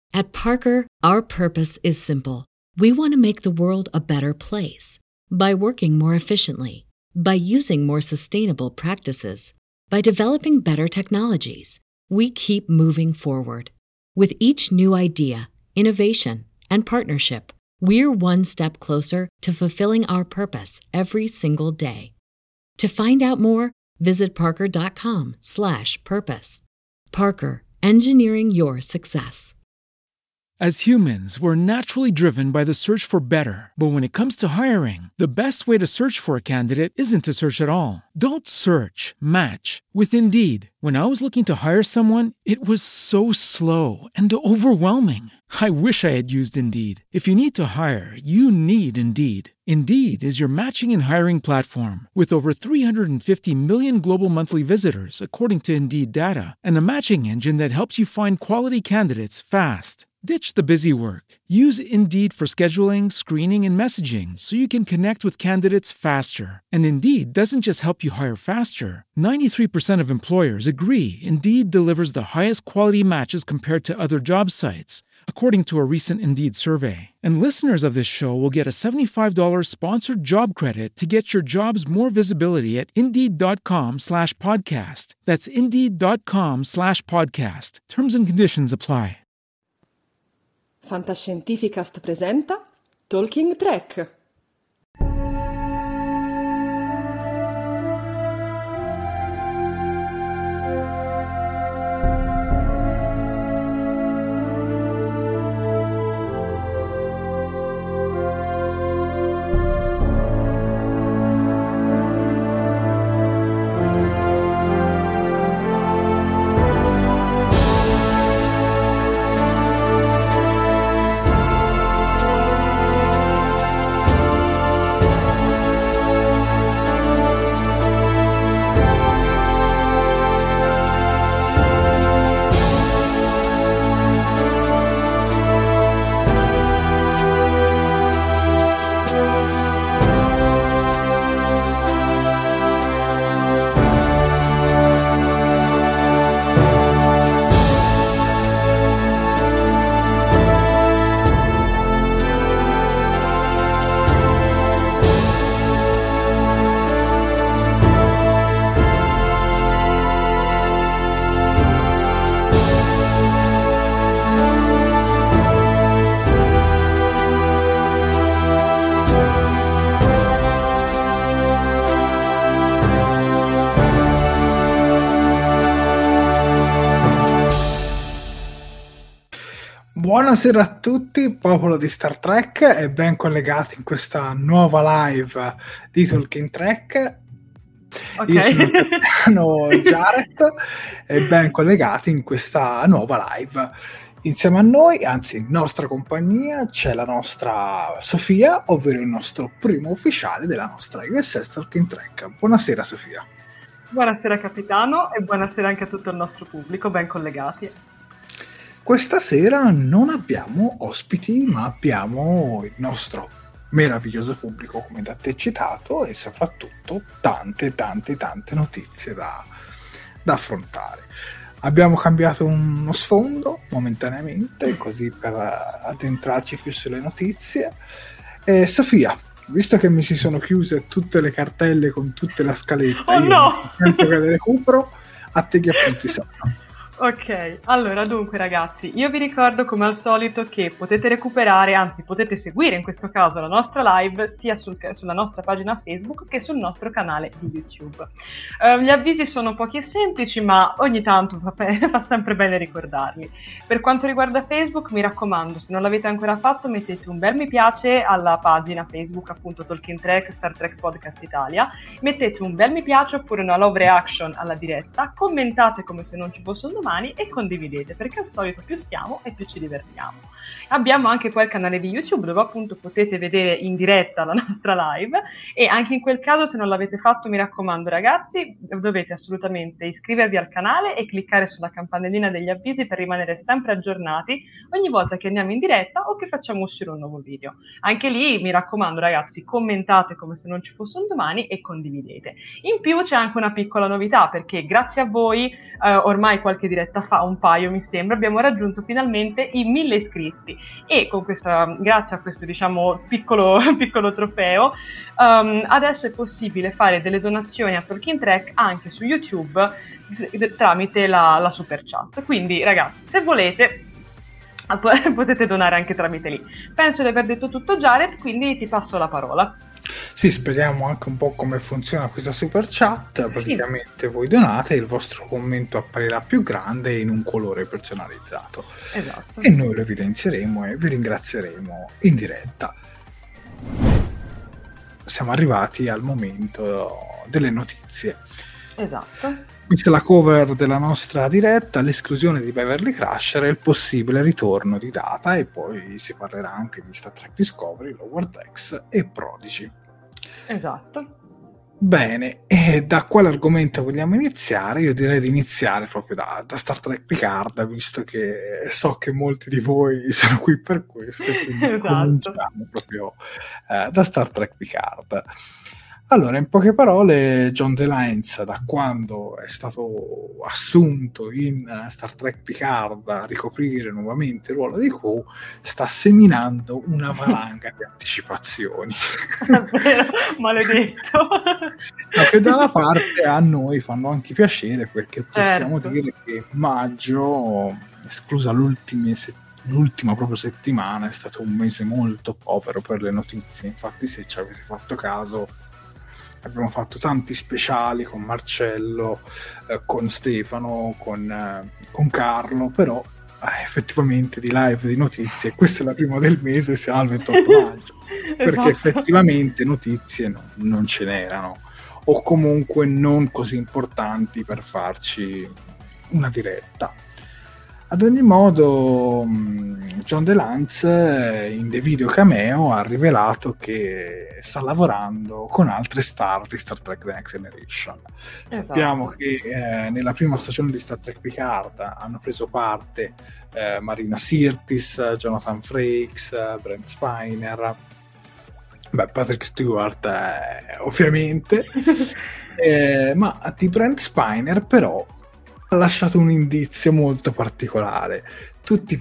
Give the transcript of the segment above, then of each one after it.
At Parker, our purpose is simple. We want to make the world a better place by working more efficiently, by using more sustainable practices, by developing better technologies. We keep moving forward. With each new idea, innovation, and partnership, we're one step closer to fulfilling our purpose every single day. To find out more, visit parker.com/purpose. Parker, engineering your success. As humans, we're naturally driven by the search for better. But when it comes to hiring, the best way to search for a candidate isn't to search at all. Don't search, match with Indeed. When I was looking to hire someone, it was so slow and overwhelming. I wish I had used Indeed. If you need to hire, you need Indeed. Indeed is your matching and hiring platform with over 350 million global monthly visitors, according to Indeed data, and a matching engine that helps you find quality candidates fast. Ditch the busy work. Use Indeed for scheduling, screening, and messaging so you can connect with candidates faster. And Indeed doesn't just help you hire faster. 93% of employers agree Indeed delivers the highest quality matches compared to other job sites, according to a recent Indeed survey. And listeners of this show will get a $75 sponsored job credit to get your jobs more visibility at Indeed.com/podcast. That's Indeed.com/podcast. Terms and conditions apply. Fantascientificast presenta Talking Trek. Buonasera a tutti, popolo di Star Trek, e ben collegati in questa nuova live di Talking Trek. Okay. Io sono il capitano Jared e ben collegati in questa nuova live. Insieme a noi, anzi in nostra compagnia, c'è la nostra Sofia, ovvero il nostro primo ufficiale della nostra USS Talking Trek. Buonasera Sofia. Buonasera capitano e buonasera anche a tutto il nostro pubblico, ben collegati. Questa sera non abbiamo ospiti, ma abbiamo il nostro meraviglioso pubblico, come da te citato, e soprattutto tante notizie da affrontare. Abbiamo cambiato uno sfondo momentaneamente, così per addentrarci più sulle notizie. Sofia, visto che mi si sono chiuse tutte le cartelle con tutte le scalette, no! Tempo che le recupero, a te che appunti sono. Ok, allora dunque ragazzi, io vi ricordo come al solito che potete recuperare, anzi potete seguire in questo caso la nostra live sia sulla nostra pagina Facebook che sul nostro canale di YouTube. Gli avvisi sono pochi e semplici, ma ogni tanto fa sempre bene ricordarli. Per quanto riguarda Facebook, mi raccomando, se non l'avete ancora fatto, mettete un bel mi piace alla pagina Facebook, appunto Talking Trek, Star Trek Podcast Italia, mettete un bel mi piace oppure una love reaction alla diretta, commentate come se non ci fosse un domani e condividete, perché al solito più stiamo e più ci divertiamo. Abbiamo anche poi il canale di YouTube dove appunto potete vedere in diretta la nostra live, e anche in quel caso, se non l'avete fatto, mi raccomando ragazzi, dovete assolutamente iscrivervi al canale e cliccare sulla campanellina degli avvisi per rimanere sempre aggiornati ogni volta che andiamo in diretta o che facciamo uscire un nuovo video. Anche lì mi raccomando ragazzi, commentate come se non ci fosse un domani e condividete. In più c'è anche una piccola novità, perché grazie a voi ormai qualche diretta diretta fa, un paio mi sembra, abbiamo raggiunto finalmente i 1000 iscritti e con grazie a questo diciamo piccolo trofeo adesso è possibile fare delle donazioni a Talking Track anche su YouTube tramite la super chat. Quindi ragazzi, se volete potete donare anche tramite lì. Penso di aver detto tutto, Jared, quindi ti passo la parola. Sì, speriamo anche un po' come funziona questa super chat. Praticamente voi donate, il vostro commento apparirà più grande in un colore personalizzato. Esatto. E noi lo evidenzieremo e vi ringrazieremo in diretta. Siamo arrivati al momento delle notizie. Esatto. Questa è la cover della nostra diretta, l'esclusione di Beverly Crusher e il possibile ritorno di Data, e poi si parlerà anche di Star Trek Discovery, Lower Decks e Prodigy. Esatto. Bene, e da quale argomento vogliamo iniziare? Io direi di iniziare proprio da Star Trek Picard, visto che so che molti di voi sono qui per questo, quindi esatto. Cominciamo proprio da Star Trek Picard. Allora, in poche parole, John DeLance, da quando è stato assunto in Star Trek Picard a ricoprire nuovamente il ruolo di Q, sta seminando una valanga di anticipazioni. Maledetto. Ma che da una parte a noi fanno anche piacere, perché possiamo dire che maggio, esclusa l'ultima proprio settimana, è stato un mese molto povero per le notizie. Infatti, se ci avete fatto caso, abbiamo fatto tanti speciali con Marcello, con Stefano, con Carlo, però effettivamente di live di notizie, questa è la prima del mese, siamo al 28 maggio, perché effettivamente notizie non ce n'erano, o comunque non così importanti per farci una diretta. Ad ogni modo, John DeLance in The Video Cameo ha rivelato che sta lavorando con altre star di Star Trek The Next Generation. Esatto. Sappiamo che nella prima stagione di Star Trek Picard hanno preso parte Marina Sirtis, Jonathan Frakes, Brent Spiner, Patrick Stewart ovviamente, ma di Brent Spiner però ha lasciato un indizio molto particolare. Tutti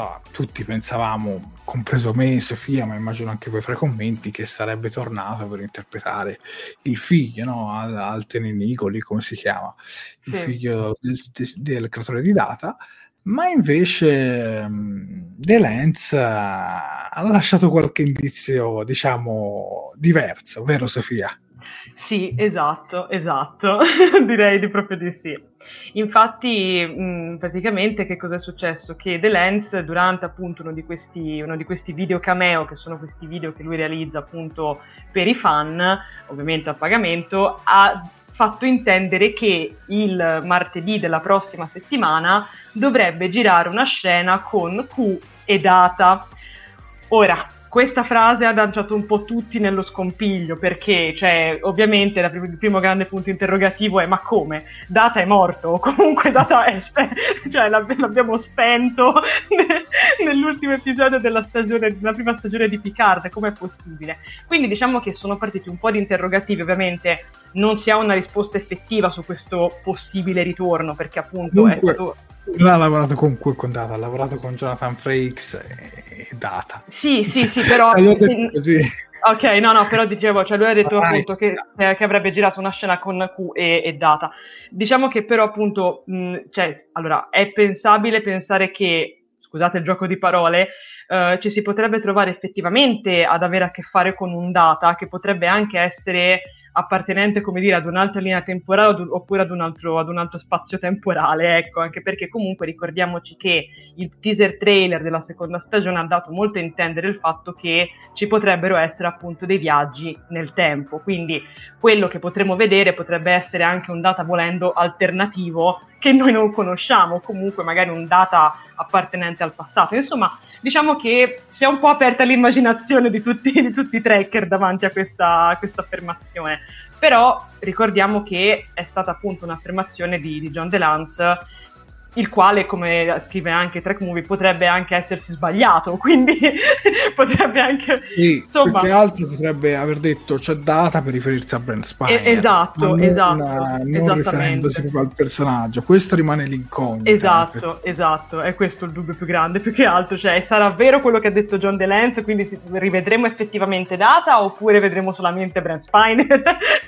pensavamo, compreso me e Sofia, ma immagino anche voi fra i commenti, che sarebbe tornato per interpretare il figlio, no? Alten Nicoli, come si chiama, il figlio del creatore di Data, ma invece DeLance ha lasciato qualche indizio, diciamo, diverso, vero Sofia? Sì, esatto, direi di proprio di sì. Infatti, praticamente che cosa è successo? Che DeLance, durante appunto uno di questi video cameo, che sono questi video che lui realizza appunto per i fan, ovviamente a pagamento, ha fatto intendere che il martedì della prossima settimana dovrebbe girare una scena con Q e Data. Ora, questa frase ha lanciato un po' tutti nello scompiglio, perché, cioè, ovviamente il primo grande punto interrogativo è: ma come? Data è morto? O comunque Data è cioè l'abbiamo spento nell'ultimo episodio della prima stagione di Picard, com'è possibile? Quindi diciamo che sono partiti un po' di interrogativi. Ovviamente non si ha una risposta effettiva su questo possibile ritorno, perché appunto comunque, è stato... Non ha lavorato con Data, ha lavorato con Jonathan Frakes e Data. Sì, però... così. Ok, no, però dicevo, cioè lui ha detto appunto che avrebbe girato una scena con Q e Data. Diciamo che però appunto, allora, è pensabile pensare che, scusate il gioco di parole, ci si potrebbe trovare effettivamente ad avere a che fare con un Data che potrebbe anche essere appartenente, come dire, ad un'altra linea temporale oppure ad un altro spazio temporale, ecco, anche perché comunque ricordiamoci che il teaser trailer della seconda stagione ha dato molto a intendere il fatto che ci potrebbero essere appunto dei viaggi nel tempo, quindi quello che potremo vedere potrebbe essere anche un Data, volendo, alternativo che noi non conosciamo, comunque magari un Data appartenente al passato. Insomma, diciamo che si è un po' aperta l'immaginazione di tutti i tracker davanti a questa affermazione, però ricordiamo che è stata appunto un'affermazione di John DeLance il quale, come scrive anche Trek Movie, potrebbe anche essersi sbagliato, quindi potrebbe anche... Sì, insomma, perché altro potrebbe aver detto c'è data per riferirsi a Brent Spiner, esatto, non riferendosi proprio al personaggio. Questo rimane l'incognita. Esatto, è questo il dubbio più grande, più che altro, cioè sarà vero quello che ha detto John DeLance, quindi rivedremo effettivamente Data oppure vedremo solamente Brent Spiner?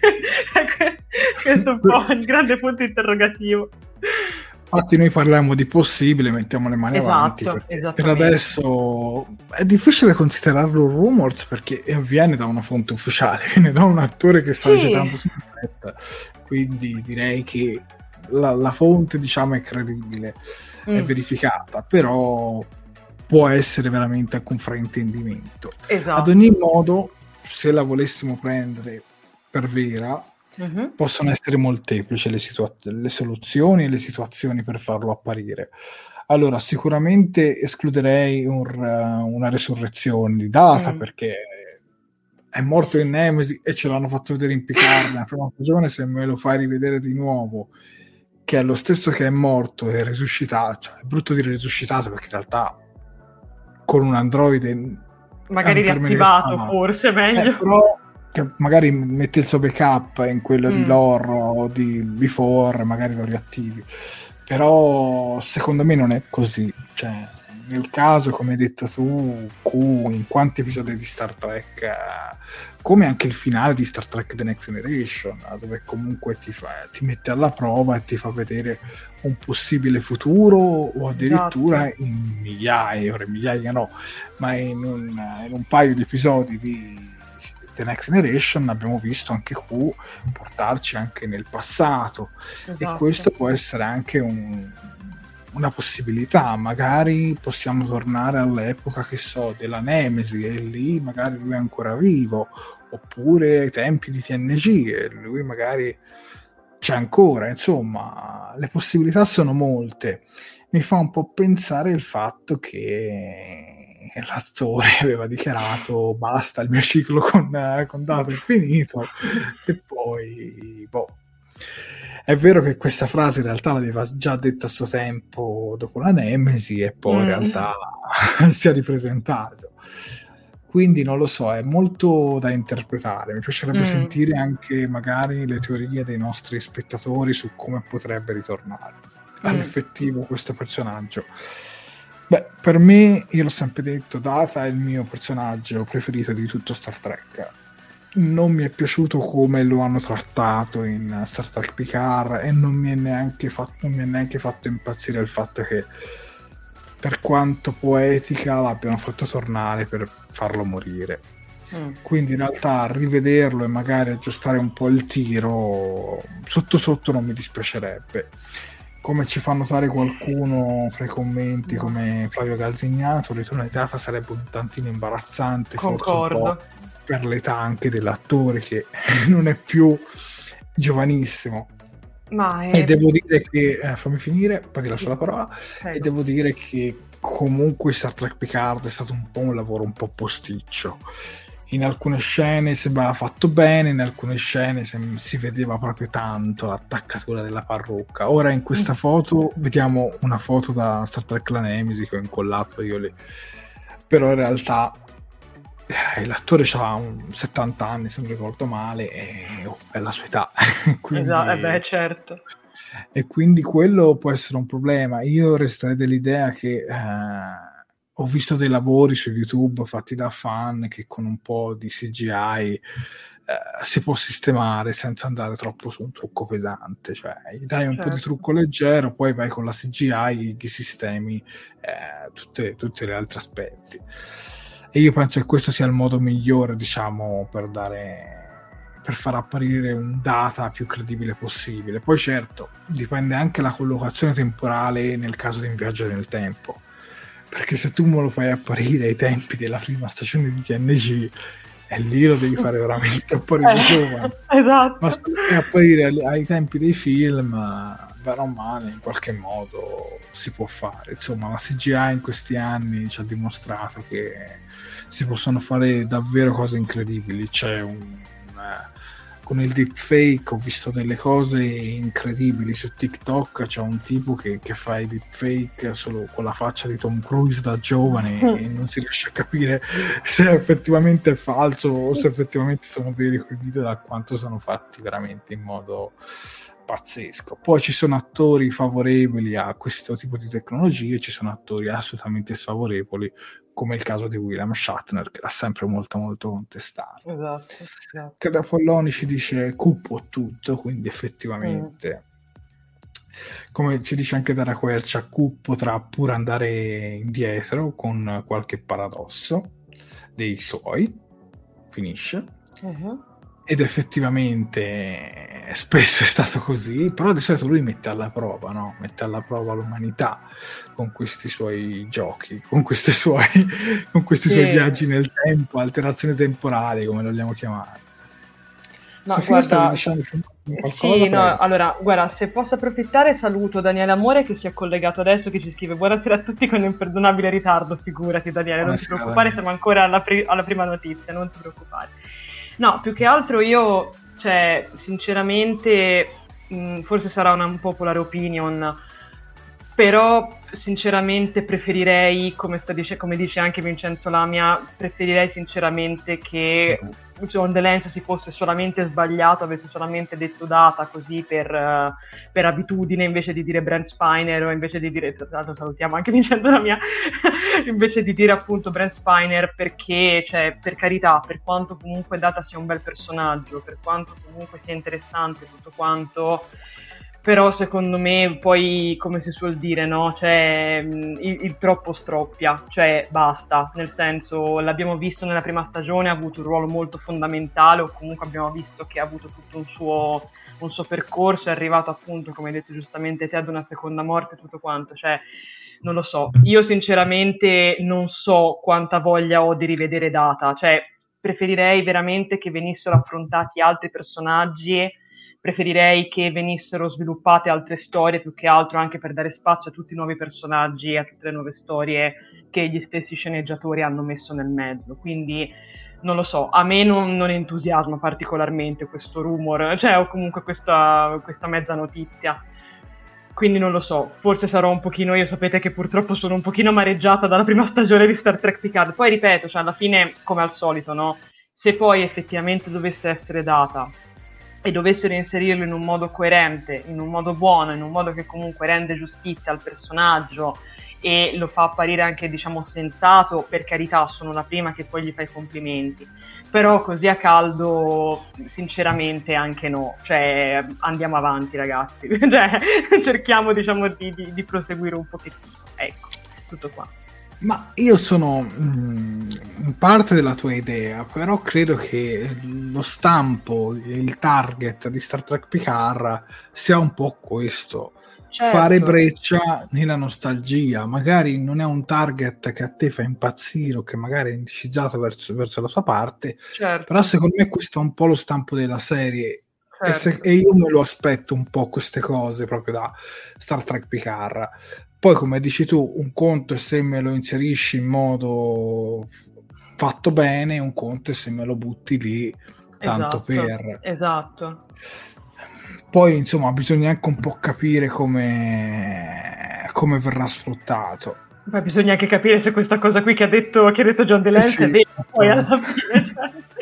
Questo è un po' il grande punto interrogativo. Infatti noi parliamo di possibile, mettiamo le mani avanti, perché per adesso è difficile considerarlo un rumors perché avviene da una fonte ufficiale, viene da un attore che sta recitando su diretta, quindi direi che la fonte, diciamo, è credibile, è verificata, però può essere veramente anche un fraintendimento. Ad ogni modo, se la volessimo prendere per vera, possono essere molteplici le soluzioni e le situazioni per farlo apparire. Allora, sicuramente escluderei una resurrezione di Data, perché è morto in Nemesi e ce l'hanno fatto vedere in Picard nella prima stagione. Se me lo fai rivedere di nuovo, che è lo stesso che è morto e risuscitato, cioè, è brutto dire risuscitato perché in realtà con un androide magari riattivato, forse meglio, però che magari metti il suo backup in quello di lore o di before, magari lo riattivi, però secondo me non è così. Cioè, nel caso, come hai detto tu, Q in quanti episodi di Star Trek, come anche il finale di Star Trek The Next Generation, dove comunque ti mette alla prova e ti fa vedere un possibile futuro, o addirittura in migliaia no, ma in un paio di episodi di The Next Generation abbiamo visto anche Q portarci anche nel passato, e questo può essere anche una possibilità. Magari possiamo tornare all'epoca, che so, della Nemesi, e lì magari lui è ancora vivo, oppure ai tempi di TNG e lui magari c'è ancora. Insomma, le possibilità sono molte. Mi fa un po' pensare il fatto che l'attore aveva dichiarato basta, il mio ciclo con Data è finito, e poi è vero che questa frase in realtà l'aveva già detta a suo tempo dopo la Nemesi, e poi in realtà si è ripresentato, quindi non lo so, è molto da interpretare. Mi piacerebbe sentire anche magari le teorie dei nostri spettatori su come potrebbe ritornare all'effettivo questo personaggio. Beh, per me, io l'ho sempre detto, Data è il mio personaggio preferito di tutto Star Trek. Non mi è piaciuto come lo hanno trattato in Star Trek Picard, e non mi è neanche fatto impazzire il fatto che, per quanto poetica, l'abbiano fatto tornare per farlo morire. Quindi in realtà rivederlo e magari aggiustare un po' il tiro sotto sotto non mi dispiacerebbe. Come ci fa notare qualcuno fra i commenti, come Flavio Galzignato, il ritorno di Data sarebbe un tantino imbarazzante, forse un po' per l'età anche dell'attore, che non è più giovanissimo. E devo dire che fammi finire, poi ti lascio la parola. E devo dire che comunque Star Trek Picard è stato un po' un lavoro un po' posticcio. In alcune scene sembrava fatto bene, in alcune scene si vedeva proprio tanto l'attaccatura della parrucca. Ora in questa foto vediamo una foto da Star Trek La Nemesi che ho incollato io lì, però in realtà l'attore ha 70 anni, se non ricordo male, e è la sua età. Quindi, certo. E quindi quello può essere un problema. Io resterei dell'idea che ho visto dei lavori su YouTube fatti da fan che con un po' di CGI si può sistemare senza andare troppo su un trucco pesante. Cioè, gli dai un po' di trucco leggero, poi vai con la CGI, gli sistemi tutti gli altri aspetti. E io penso che questo sia il modo migliore, diciamo, per far apparire un Data più credibile possibile. Poi certo, dipende anche la collocazione temporale nel caso di un viaggio nel tempo, perché se tu me lo fai apparire ai tempi della prima stagione di TNG, e lì lo devi fare veramente apparire giovane. Esatto. Ma se lo fai apparire ai tempi dei film, bene o male, in qualche modo si può fare. Insomma, la CGI in questi anni ci ha dimostrato che si possono fare davvero cose incredibili. C'è con il deepfake ho visto delle cose incredibili su TikTok. C'è un tipo che fa i deepfake solo con la faccia di Tom Cruise da giovane e non si riesce a capire se effettivamente è falso o se effettivamente sono veri quei video, da quanto sono fatti veramente in modo pazzesco. Poi ci sono attori favorevoli a questo tipo di tecnologie, ci sono attori assolutamente sfavorevoli, come il caso di William Shatner, che l'ha sempre molto molto contestato. Esatto. Che da Polloni ci dice cupo tutto, quindi effettivamente come ci dice anche Dara Quercia, Q potrà pure andare indietro con qualche paradosso dei suoi, finisce. Ed effettivamente spesso è stato così, però di solito lui mette alla prova, no? Mette alla prova l'umanità con questi suoi giochi, con questi suoi viaggi nel tempo, alterazioni temporali, come lo vogliamo chiamare. No, Sofia, guarda, dicendo qualcosa? sì, no, allora, guarda, se posso approfittare, saluto Daniele Amore che si è collegato adesso, che ci scrive buonasera a tutti con imperdonabile ritardo, figurati Daniele, non ti preoccupare, siamo ancora alla prima notizia, non ti preoccupare. No, più che altro io, cioè, sinceramente, forse sarà una unpopular opinion, però sinceramente preferirei, come dice anche Vincenzo Lamia, preferirei sinceramente che John DeLance si fosse solamente sbagliato, avesse solamente detto data così per abitudine, invece di dire Brent Spiner, o invece di dire, tra l'altro salutiamo anche Vincenzo Lamia, invece di dire appunto Brent Spiner, perché, cioè, per carità, per quanto comunque Data sia un bel personaggio, per quanto comunque sia interessante tutto quanto, però secondo me poi, come si suol dire, no? Cioè, il troppo stroppia, cioè basta, nel senso, l'abbiamo visto nella prima stagione, ha avuto un ruolo molto fondamentale, o comunque abbiamo visto che ha avuto tutto un suo percorso, è arrivato appunto, come hai detto giustamente te, ad una seconda morte e tutto quanto, cioè non lo so, io sinceramente non so quanta voglia ho di rivedere Data, cioè preferirei veramente che venissero affrontati altri personaggi, preferirei che venissero sviluppate altre storie, più che altro anche per dare spazio a tutti i nuovi personaggi, a tutte le nuove storie che gli stessi sceneggiatori hanno messo nel mezzo, quindi non lo so, a me non entusiasma particolarmente questo rumor, cioè, o comunque questa mezza notizia, quindi non lo so, forse sarò un pochino, io sapete che purtroppo sono un pochino amareggiata dalla prima stagione di Star Trek Picard, poi ripeto, cioè alla fine, come al solito, no? Se poi effettivamente dovesse essere Data e dovessero inserirlo in un modo coerente, in un modo buono, in un modo che comunque rende giustizia al personaggio e lo fa apparire anche, diciamo, sensato, per carità, sono la prima che poi gli fa i complimenti, però così a caldo sinceramente anche no, cioè andiamo avanti ragazzi, cioè, cerchiamo, diciamo, di proseguire un pochettino, ecco, tutto qua. Ma io sono in parte della tua idea, però credo che lo stampo, il target di Star Trek Picard sia un po' questo. Certo. Fare breccia nella nostalgia, magari non è un target che a te fa impazzire o che magari è indicizzato verso la tua parte, certo. Però secondo me questo è un po' lo stampo della serie, certo. E io me lo aspetto un po' queste cose proprio da Star Trek Picard. Poi, come dici tu, un conto è se me lo inserisci in modo fatto bene, un conto è se me lo butti lì tanto per. Esatto. Poi, insomma, bisogna anche un po' capire come verrà sfruttato. Poi bisogna anche capire se questa cosa qui che ha detto John DeLance sì, è vera, poi alla fine.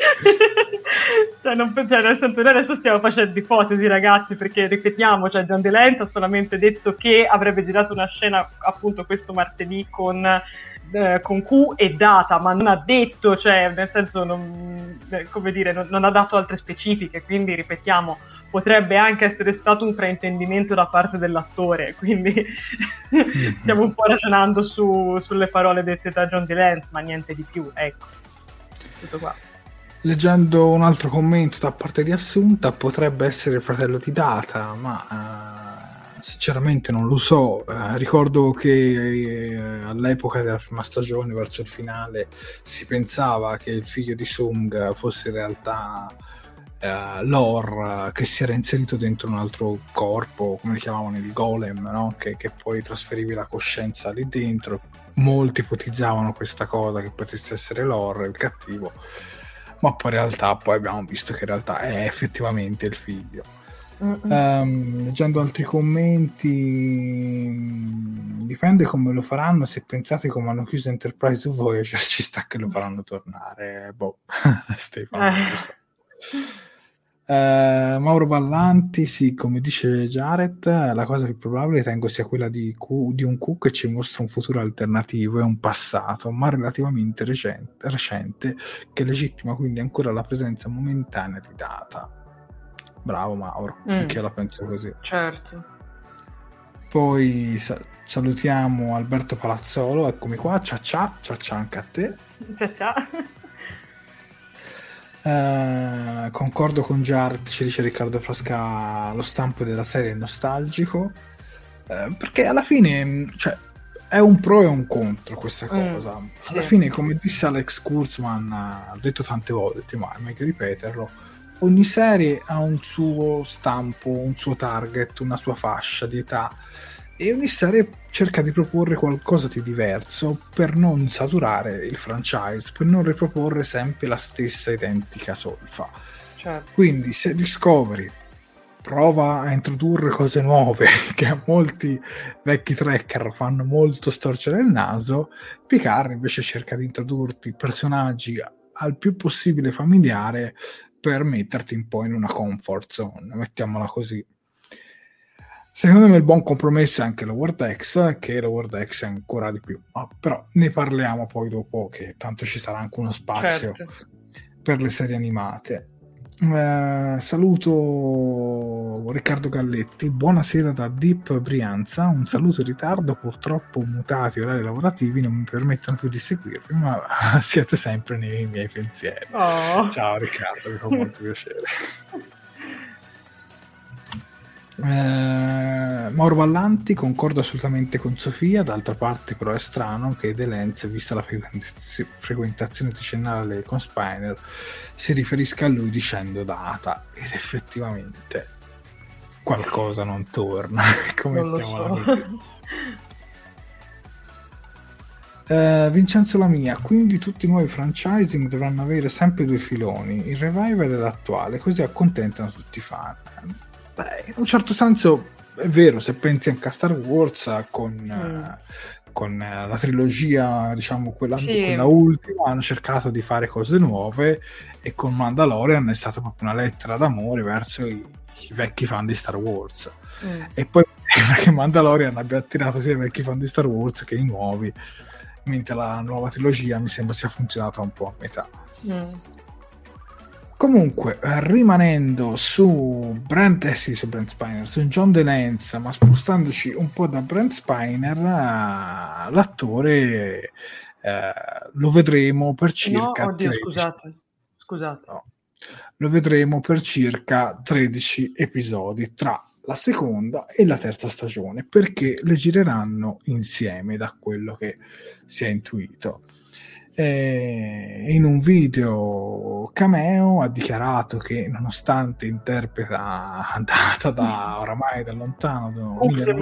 Cioè, nel senso, noi adesso stiamo facendo ipotesi, ragazzi, perché ripetiamo, cioè John DeLance ha solamente detto che avrebbe girato una scena appunto questo martedì con Q e Data, ma non ha detto, cioè nel senso non ha dato altre specifiche, quindi ripetiamo, potrebbe anche essere stato un fraintendimento da parte dell'attore, quindi stiamo un po' ragionando sulle parole dette da John DeLance, ma niente di più, ecco, tutto qua. Leggendo un altro commento da parte di Assunta, potrebbe essere il fratello di Data, ma sinceramente non lo so. Ricordo che all'epoca della prima stagione, verso il finale, si pensava che il figlio di Sung fosse in realtà Lore, che si era inserito dentro un altro corpo, come li chiamavano, il golem, no? Che poi trasferivi la coscienza lì dentro. Molti ipotizzavano questa cosa, che potesse essere Lore il cattivo. ma poi in realtà poi abbiamo visto che in realtà è effettivamente il figlio. Leggendo altri commenti, dipende come lo faranno. Se pensate come hanno chiuso Enterprise Voyager, ci sta che lo faranno tornare. Stefano, non lo so. Mauro Vallanti, sì, come dice Jared, la cosa più probabile ritengo sia quella di un Q che ci mostra un futuro alternativo e un passato, ma relativamente recente, che legittima quindi ancora la presenza momentanea di Data. Bravo Mauro, anche io la penso così. Certo. Poi salutiamo Alberto Palazzolo, eccomi qua, ciao anche a te. Ciao. Concordo con Jared, ci dice Riccardo Frasca, lo stampo della serie è nostalgico, perché alla fine è un pro e un contro questa cosa. Alla fine, come disse Alex Kurtzman, ha detto tante volte, ma è meglio ripeterlo, ogni serie ha un suo stampo, un suo target, una sua fascia di età, e ogni serie cerca di proporre qualcosa di diverso per non saturare il franchise, per non riproporre sempre la stessa identica solfa. Certo. Quindi se Discovery prova a introdurre cose nuove che a molti vecchi tracker fanno molto storcere il naso, Picard invece cerca di introdurti personaggi al più possibile familiare per metterti un po' in una comfort zone, mettiamola così. Secondo me il buon compromesso è anche Lower Decks, che Lower Decks è ancora di più, però ne parliamo poi dopo, che tanto ci sarà anche uno spazio per le serie animate. Saluto Riccardo Galletti, buonasera da Deep Brianza, un saluto in ritardo, purtroppo mutati orari lavorativi non mi permettono più di seguirvi, ma siete sempre nei miei pensieri. Ciao Riccardo, mi fa molto piacere. Mauro Vallanti, concordo assolutamente con Sofia, d'altra parte però è strano che The Lens, vista la frequentazione decennale con Spiner, si riferisca a lui dicendo Data, ed effettivamente qualcosa non torna. Mettiamola così. Vincenzo Lamia, quindi tutti i nuovi franchising dovranno avere sempre due filoni, il revival e l'attuale, così accontentano tutti i fan. Beh, in un certo senso è vero, se pensi anche a Star Wars con la trilogia, diciamo quella ultima, hanno cercato di fare cose nuove, e con Mandalorian è stata proprio una lettera d'amore verso i vecchi fan di Star Wars. E poi perché Mandalorian abbia attirato sia i vecchi fan di Star Wars che i nuovi, mentre la nuova trilogia mi sembra sia funzionata un po' a metà. Comunque, rimanendo su Brent Spiner, su John DeLance, ma spostandoci un po' da Brent Spiner, l'attore lo vedremo per circa lo vedremo per circa 13 episodi tra la seconda e la terza stagione, perché le gireranno insieme, da quello che si è intuito. In un video cameo ha dichiarato che, nonostante interpreta Data da oramai da lontano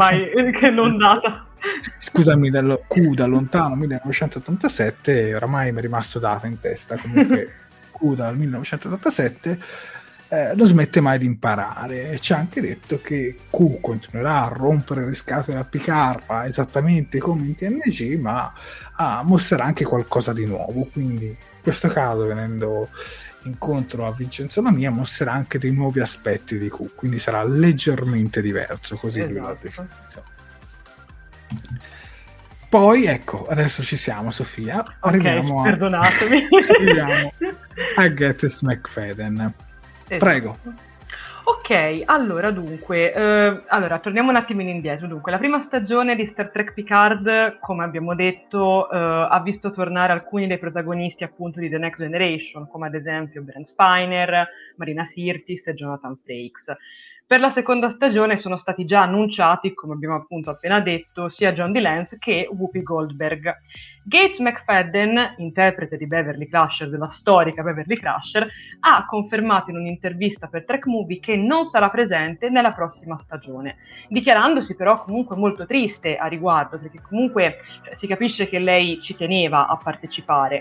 scusami, dal lontano 1987, oramai mi è rimasto Data in testa, comunque Q dal 1987, non smette mai di imparare, e ci ha anche detto che Q continuerà a rompere le scatole a Picard esattamente come in TNG, ma mostrerà anche qualcosa di nuovo. Quindi in questo caso, venendo incontro a Vincenzo Lamia, mostrerà anche dei nuovi aspetti di Q, quindi sarà leggermente diverso, così lui l'ha definito. Poi ecco, adesso ci siamo, Sofia, arriviamo perdonatemi. Arriviamo a Gettis McFadden. Prego. Ok, allora dunque, torniamo un attimino indietro. Dunque, la prima stagione di Star Trek Picard, come abbiamo detto, ha visto tornare alcuni dei protagonisti appunto di The Next Generation, come ad esempio Brent Spiner, Marina Sirtis e Jonathan Frakes. Per la seconda stagione sono stati già annunciati, come abbiamo appunto appena detto, sia John DeLance che Whoopi Goldberg. Gates McFadden, interprete di Beverly Crusher, della storica Beverly Crusher, ha confermato in un'intervista per Trek Movie che non sarà presente nella prossima stagione, dichiarandosi però comunque molto triste a riguardo, perché comunque si capisce che lei ci teneva a partecipare.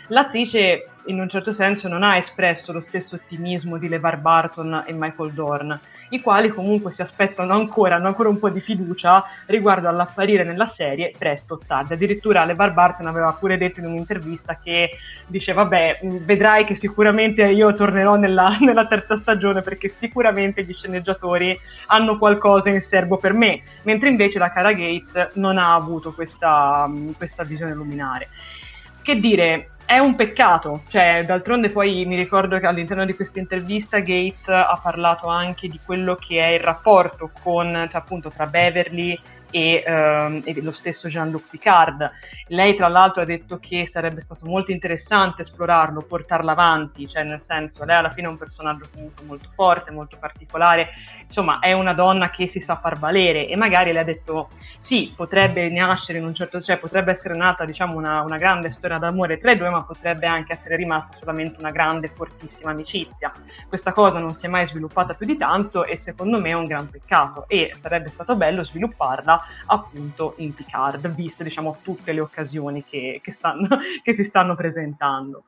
l'attrice in un certo senso non ha espresso lo stesso ottimismo di LeVar Burton e Michael Dorn, i quali comunque si aspettano hanno ancora un po' di fiducia riguardo all'apparire nella serie presto o tardi. Addirittura LeVar Burton aveva pure detto in un'intervista che dice vabbè, vedrai che sicuramente io tornerò nella terza stagione perché sicuramente gli sceneggiatori hanno qualcosa in serbo per me, mentre invece la Cara Gates non ha avuto questa visione luminare. Che dire, è un peccato, cioè d'altronde poi mi ricordo che all'interno di questa intervista Gates ha parlato anche di quello che è il rapporto con, cioè, appunto tra Beverly e lo stesso Jean-Luc Picard. Lei tra l'altro ha detto che sarebbe stato molto interessante esplorarlo, portarlo avanti, cioè nel senso lei alla fine è un personaggio comunque molto forte, molto particolare, insomma è una donna che si sa far valere e magari le ha detto sì, potrebbe nascere in un certo, cioè potrebbe essere nata diciamo una grande storia d'amore tra i due, ma potrebbe anche essere rimasta solamente una grande fortissima amicizia. Questa cosa non si è mai sviluppata più di tanto e secondo me è un gran peccato e sarebbe stato bello svilupparla appunto in Picard, visto diciamo tutte le occasioni che si stanno presentando.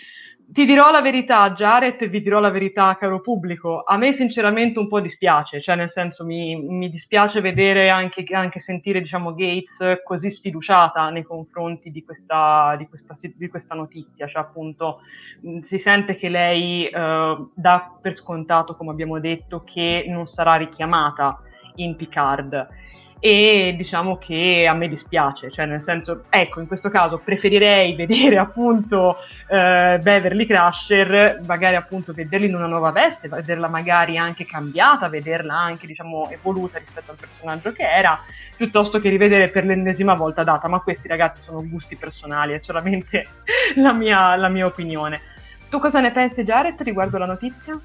Ti dirò la verità, Jared, e vi dirò la verità, caro pubblico, a me sinceramente un po' dispiace, cioè nel senso mi dispiace vedere anche sentire diciamo Gates così sfiduciata nei confronti di questa notizia, cioè appunto si sente che lei dà per scontato, come abbiamo detto, che non sarà richiamata in Picard. E diciamo che a me dispiace, cioè nel senso, ecco, in questo caso preferirei vedere appunto Beverly Crusher, magari appunto vederla in una nuova veste, vederla magari anche cambiata, vederla anche diciamo evoluta rispetto al personaggio che era, piuttosto che rivedere per l'ennesima volta data, ma questi ragazzi sono gusti personali, è solamente la mia opinione. Tu cosa ne pensi, Jared, riguardo la notizia?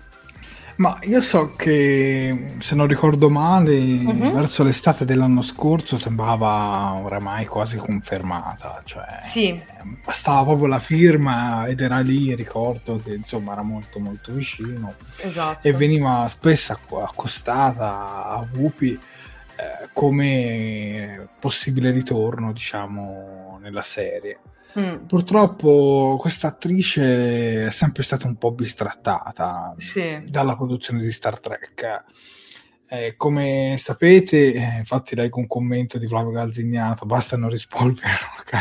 Ma io so che, se non ricordo male, verso l'estate dell'anno scorso sembrava oramai quasi confermata, cioè sì. Bastava proprio la firma ed era lì, ricordo che insomma era molto molto vicino. Esatto. E veniva spesso accostata a Whoopi come possibile ritorno, diciamo, nella serie. Purtroppo questa attrice è sempre stata un po' bistrattata dalla produzione di Star Trek. Come sapete, infatti leggo un commento di Flavio Galzignato, basta non rispolvere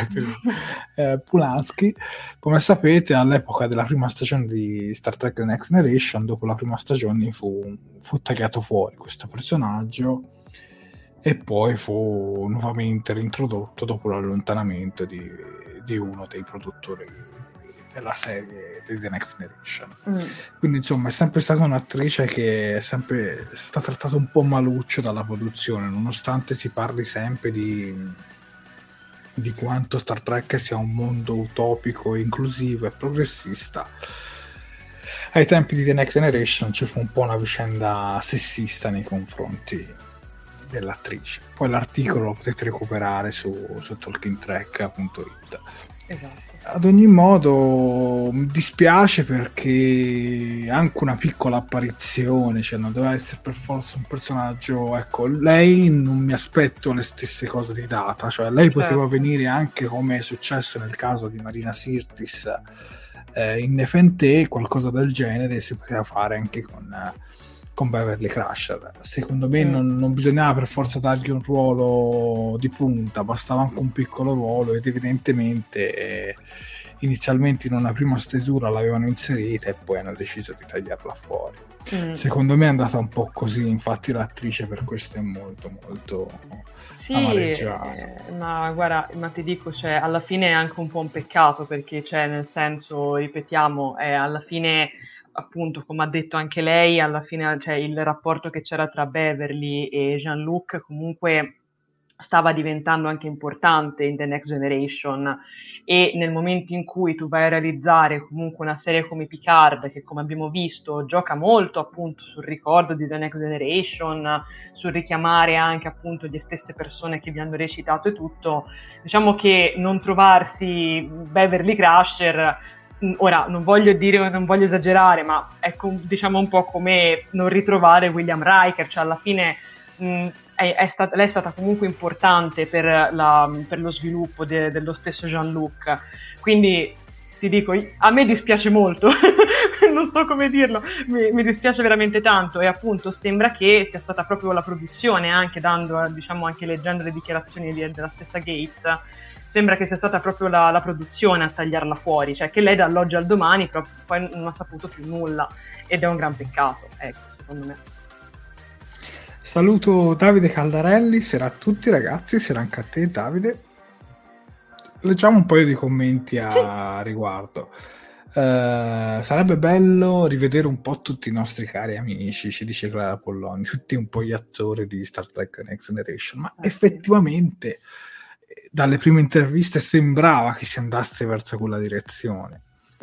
Pulaski. Come sapete, all'epoca della prima stagione di Star Trek The Next Generation, dopo la prima stagione fu tagliato fuori questo personaggio e poi fu nuovamente reintrodotto dopo l'allontanamento di uno dei produttori della serie di The Next Generation. Quindi insomma è sempre stata un'attrice che è sempre stata trattata un po' maluccio dalla produzione, nonostante si parli sempre di quanto Star Trek sia un mondo utopico, inclusivo e progressista. Ai tempi di The Next Generation ci fu un po' una vicenda sessista nei confronti dell'attrice. Poi l'articolo lo potete recuperare su talkingtrek.it. Esatto. Ad ogni modo mi dispiace perché anche una piccola apparizione, cioè non doveva essere per forza un personaggio, ecco, lei non mi aspetto le stesse cose di Data, cioè lei poteva venire anche come è successo nel caso di Marina Sirtis in Nefente, qualcosa del genere si poteva fare anche con Beverly Crusher. Secondo me non bisognava per forza dargli un ruolo di punta, bastava anche un piccolo ruolo ed evidentemente inizialmente in una prima stesura l'avevano inserita e poi hanno deciso di tagliarla fuori. Secondo me è andata un po' così, infatti l'attrice per questo è molto molto amareggiata. Ma guarda, ma ti dico, cioè, alla fine è anche un po' un peccato perché, cioè, nel senso, ripetiamo, alla fine appunto, come ha detto anche lei, alla fine cioè, il rapporto che c'era tra Beverly e Jean-Luc comunque stava diventando anche importante in The Next Generation e nel momento in cui tu vai a realizzare comunque una serie come Picard, che come abbiamo visto gioca molto appunto sul ricordo di The Next Generation, sul richiamare anche appunto le stesse persone che vi hanno recitato e tutto, diciamo che non trovarsi Beverly Crusher, ora non voglio esagerare, ma è diciamo un po' come non ritrovare William Riker, cioè alla fine lei è stata comunque importante per lo sviluppo dello stesso Jean-Luc, quindi ti dico, a me dispiace molto, non so come dirlo, mi dispiace veramente tanto, e appunto sembra che sia stata proprio la produzione, anche dando, diciamo, anche leggendo le dichiarazioni della stessa Gates, sembra che sia stata proprio la produzione a tagliarla fuori, cioè che lei dall'oggi al domani poi non ha saputo più nulla, ed è un gran peccato, ecco, secondo me. Saluto Davide Caldarelli, sera a tutti ragazzi, sera anche a te Davide. Leggiamo un paio di commenti a riguardo. Sarebbe bello rivedere un po' tutti i nostri cari amici, ci dice Clara Polloni, tutti un po' gli attori di Star Trek The Next Generation, ma effettivamente dalle prime interviste sembrava che si andasse verso quella direzione.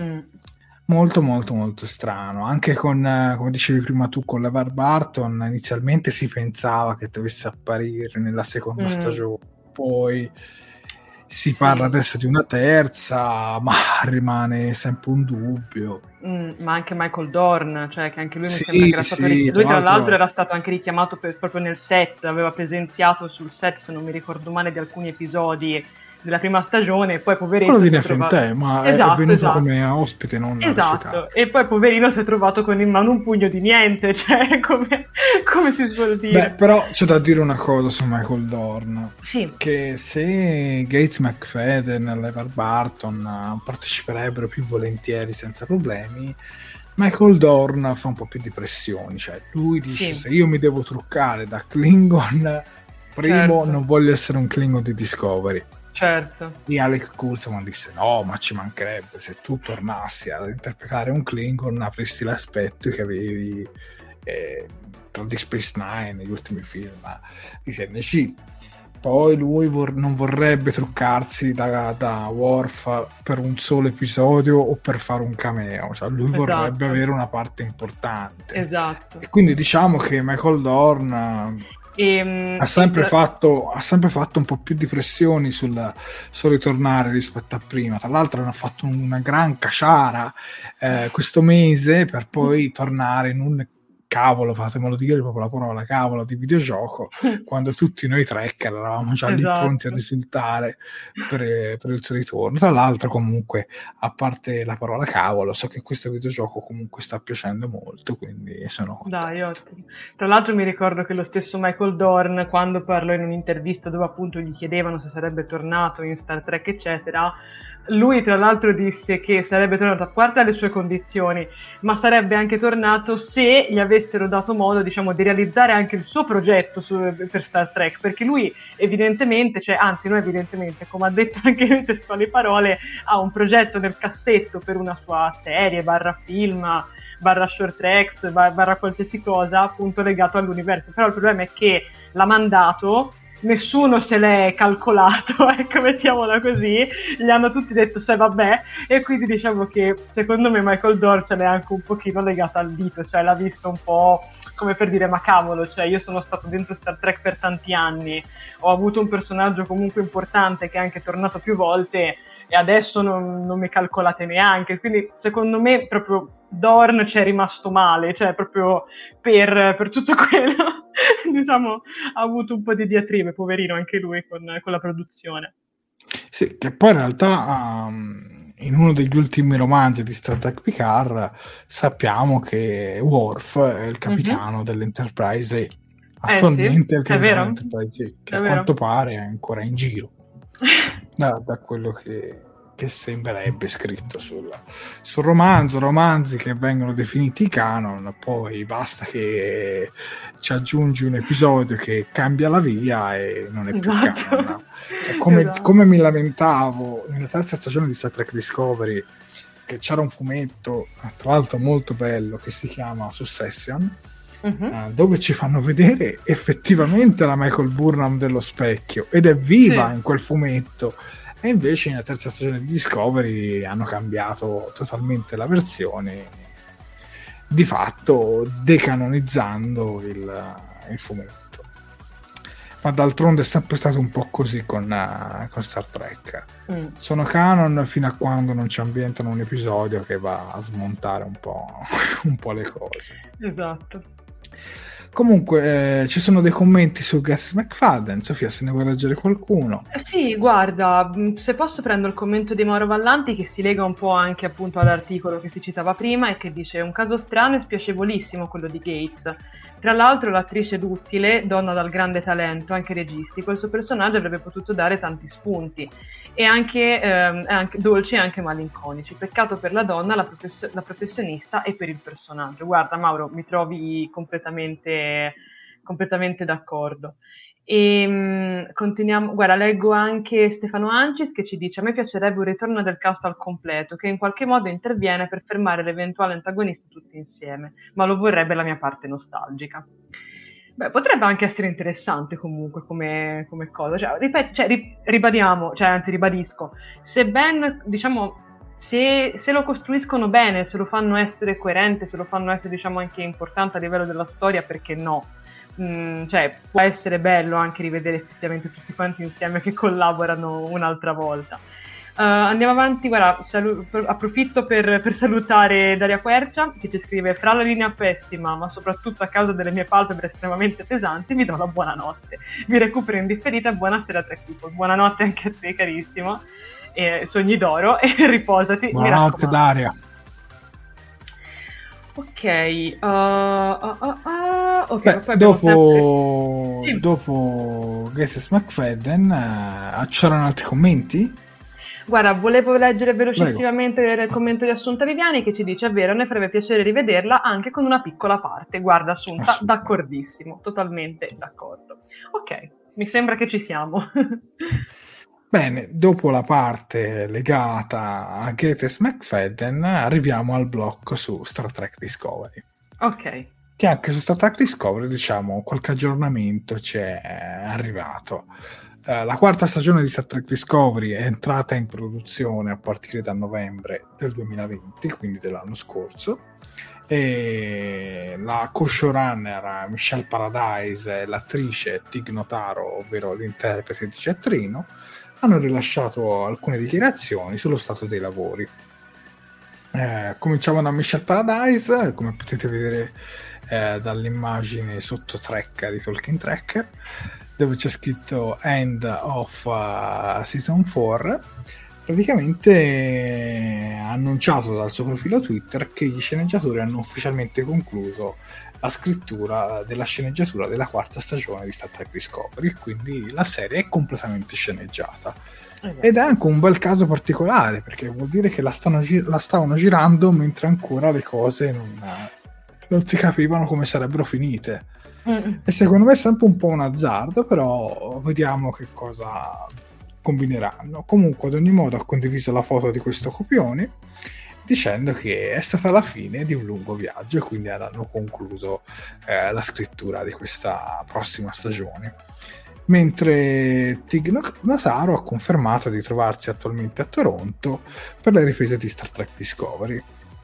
Molto molto molto strano, anche con, come dicevi prima tu, con LeVar Burton inizialmente si pensava che dovesse apparire nella seconda stagione, poi si parla adesso di una terza, ma rimane sempre un dubbio. Ma anche Michael Dorn, cioè che anche lui mi sembra che era stato lui tra l'altro era stato anche richiamato proprio nel set, aveva presenziato sul set, se non mi ricordo male, di alcuni episodi della prima stagione, e poi poverino quello di Nefente, ma è venuto come ospite, non recitato. E poi poverino si è trovato con in mano un pugno di niente, cioè come si suol dire. Beh, però c'è da dire una cosa su Michael Dorn, che se Gates McFadden e LeVar Burton parteciperebbero più volentieri senza problemi, Michael Dorn fa un po' più di pressioni, cioè lui dice se io mi devo truccare da Klingon, primo non voglio essere un Klingon di Discovery. Certo. E Alex Kurtzman disse no, ma ci mancherebbe, se tu tornassi ad interpretare un Klingon avresti l'aspetto che avevi tra Deep Space Nine, gli ultimi film di TNG. Poi lui non vorrebbe truccarsi da Worf per un solo episodio o per fare un cameo, cioè lui vorrebbe avere una parte importante. Esatto. E quindi diciamo che Michael Dorn ha sempre fatto un po' più di pressioni sul ritornare rispetto a prima. Tra l'altro hanno fatto una gran caciara questo mese per poi tornare in un cavolo, fatemelo dire proprio la parola cavolo, di videogioco, quando tutti noi trekker eravamo già lì pronti a risultare per il suo ritorno. Tra l'altro comunque, a parte la parola cavolo, so che questo videogioco comunque sta piacendo molto, quindi sono contento. Dai, ottimo. Tra l'altro mi ricordo che lo stesso Michael Dorn, quando parlò in un'intervista dove appunto gli chiedevano se sarebbe tornato in Star Trek eccetera, lui tra l'altro disse che sarebbe tornato a parte alle sue condizioni, ma sarebbe anche tornato se gli avessero dato modo, diciamo, di realizzare anche il suo progetto per Star Trek, perché lui evidentemente, come ha detto anche in testuali parole, ha un progetto nel cassetto per una sua serie, /film, /short tracks, qualsiasi cosa appunto legato all'universo. Però il problema è che l'ha mandato, nessuno se l'è calcolato, ecco, mettiamola così, gli hanno tutti detto se vabbè, e quindi diciamo che secondo me Michael Dorn ce l'è anche un pochino legata al dito, cioè l'ha visto un po' come per dire ma cavolo, cioè io sono stato dentro Star Trek per tanti anni, ho avuto un personaggio comunque importante che è anche tornato più volte e adesso non mi calcolate neanche, quindi secondo me proprio Dorn c'è rimasto male, cioè proprio per tutto quello diciamo ha avuto un po' di diatribe, poverino anche lui con la produzione. Sì, che poi in realtà in uno degli ultimi romanzi di Star Trek Picard sappiamo che Worf è il capitano dell'Enterprise E. Attualmente è il capitano dell'Enterprise E, che a quanto pare è ancora in giro da quello che sembrerebbe scritto sul romanzi che vengono definiti canon, poi basta che ci aggiungi un episodio che cambia la via e non è più canon. Cioè, come mi lamentavo nella terza stagione di Star Trek Discovery, che c'era un fumetto tra l'altro molto bello che si chiama Succession, dove ci fanno vedere effettivamente la Michael Burnham dello specchio ed è viva in quel fumetto, e invece nella terza stagione di Discovery hanno cambiato totalmente la versione, di fatto decanonizzando il fumetto. Ma d'altronde è sempre stato un po' così con Star Trek. Sono canon fino a quando non ci ambientano un episodio che va a smontare un po' le cose. Esatto. Comunque ci sono dei commenti su Gates McFadden. Sofia, se ne vuoi leggere qualcuno? Sì, guarda, se posso prendo il commento di Mauro Vallanti che si lega un po' anche appunto all'articolo che si citava prima e che dice: un caso strano e spiacevolissimo quello di Gates. Tra l'altro l'attrice duttile, donna dal grande talento, anche registico, il suo personaggio avrebbe potuto dare tanti spunti e anche dolci e anche malinconici. Peccato per la donna, la professionista e per il personaggio. Guarda Mauro, mi trovi completamente d'accordo. E continuiamo, guarda, leggo anche Stefano Ancis che ci dice: a me piacerebbe un ritorno del cast al completo che in qualche modo interviene per fermare l'eventuale antagonista tutti insieme, ma lo vorrebbe la mia parte nostalgica. Beh, potrebbe anche essere interessante comunque come cosa, ribadiamo, anzi ribadisco, se Ben, diciamo, se lo costruiscono bene, se lo fanno essere coerente, se lo fanno essere, diciamo, anche importante a livello della storia, perché no? Può essere bello anche rivedere effettivamente tutti quanti insieme che collaborano un'altra volta. Andiamo avanti, guarda, approfitto per salutare Daria Quercia che ci scrive: fra la linea pessima ma soprattutto a causa delle mie palpebre estremamente pesanti vi do la buonanotte, vi recupero in differita e buonasera Trek People. Buonanotte anche a te carissimo, sogni d'oro e riposati. Buonanotte Daria. Ok, Beh, poi dopo, sempre... dopo Gates McFadden c'erano altri commenti? Guarda, volevo leggere velocissimamente il commento di Assunta Viviani che ci dice: è vero, ne farebbe piacere rivederla anche con una piccola parte. Guarda Assunta, d'accordissimo, totalmente d'accordo. Ok, mi sembra che ci siamo. Bene, dopo la parte legata a Gates McFadden arriviamo al blocco su Star Trek Discovery. Ok. Che anche su Star Trek Discovery, diciamo, qualche aggiornamento ci è arrivato. La quarta stagione di Star Trek Discovery è entrata in produzione a partire da novembre del 2020, quindi dell'anno scorso, e la co-showrunner Michelle Paradise e l'attrice Tig Notaro, ovvero l'interprete di Cetrino, hanno rilasciato alcune dichiarazioni sullo stato dei lavori. Cominciamo da Michelle Paradise, come potete vedere dall'immagine sotto Trek di Talking Trek, dove c'è scritto End of Season 4. Praticamente ha annunciato dal suo profilo Twitter che gli sceneggiatori hanno ufficialmente concluso la scrittura della sceneggiatura della quarta stagione di Star Trek Discovery, quindi la serie è completamente sceneggiata. Ed è anche un bel caso particolare, perché vuol dire che la stavano girando mentre ancora le cose non si capivano come sarebbero finite. E secondo me è sempre un po' un azzardo, però vediamo che cosa combineranno. Comunque, ad ogni modo, ha condiviso la foto di questo copione dicendo che è stata la fine di un lungo viaggio e quindi hanno concluso la scrittura di questa prossima stagione. Mentre Tig Notaro ha confermato di trovarsi attualmente a Toronto per le riprese di Star Trek Discovery.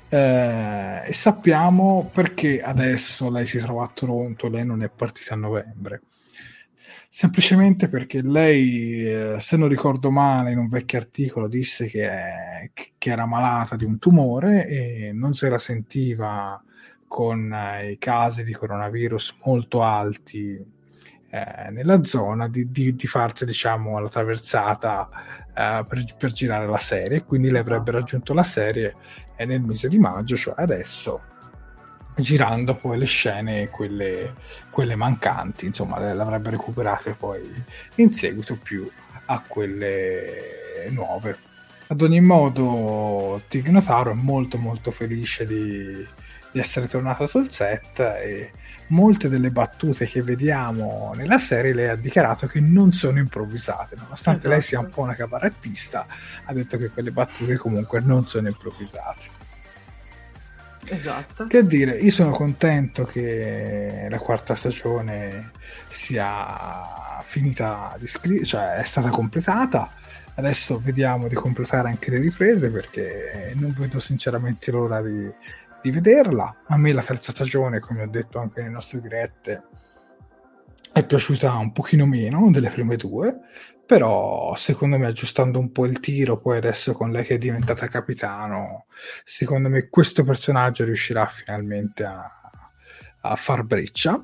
E sappiamo perché adesso lei si trova a Toronto, lei non è partita a novembre. Semplicemente perché lei, se non ricordo male, in un vecchio articolo disse che era malata di un tumore e non se la sentiva con i casi di coronavirus molto alti nella zona di farsi, diciamo, la traversata per girare la serie. Quindi lei avrebbe raggiunto la serie nel mese di maggio, cioè adesso, girando poi le scene, quelle mancanti, insomma, le avrebbe recuperate poi in seguito più a quelle nuove. Ad ogni modo, Tig Notaro è molto molto felice di essere tornata sul set, e molte delle battute che vediamo nella serie lei ha dichiarato che non sono improvvisate, nonostante lei sia un po' una cabarettista, ha detto che quelle battute comunque non sono improvvisate. Esatto. Che dire, io sono contento che la quarta stagione sia finita cioè è stata completata. Adesso vediamo di completare anche le riprese, perché non vedo sinceramente l'ora di vederla. A me la terza stagione, come ho detto anche nelle nostre dirette, è piaciuta un pochino meno delle prime due, però secondo me, aggiustando un po' il tiro, poi adesso con lei che è diventata capitano, secondo me questo personaggio riuscirà finalmente a far breccia.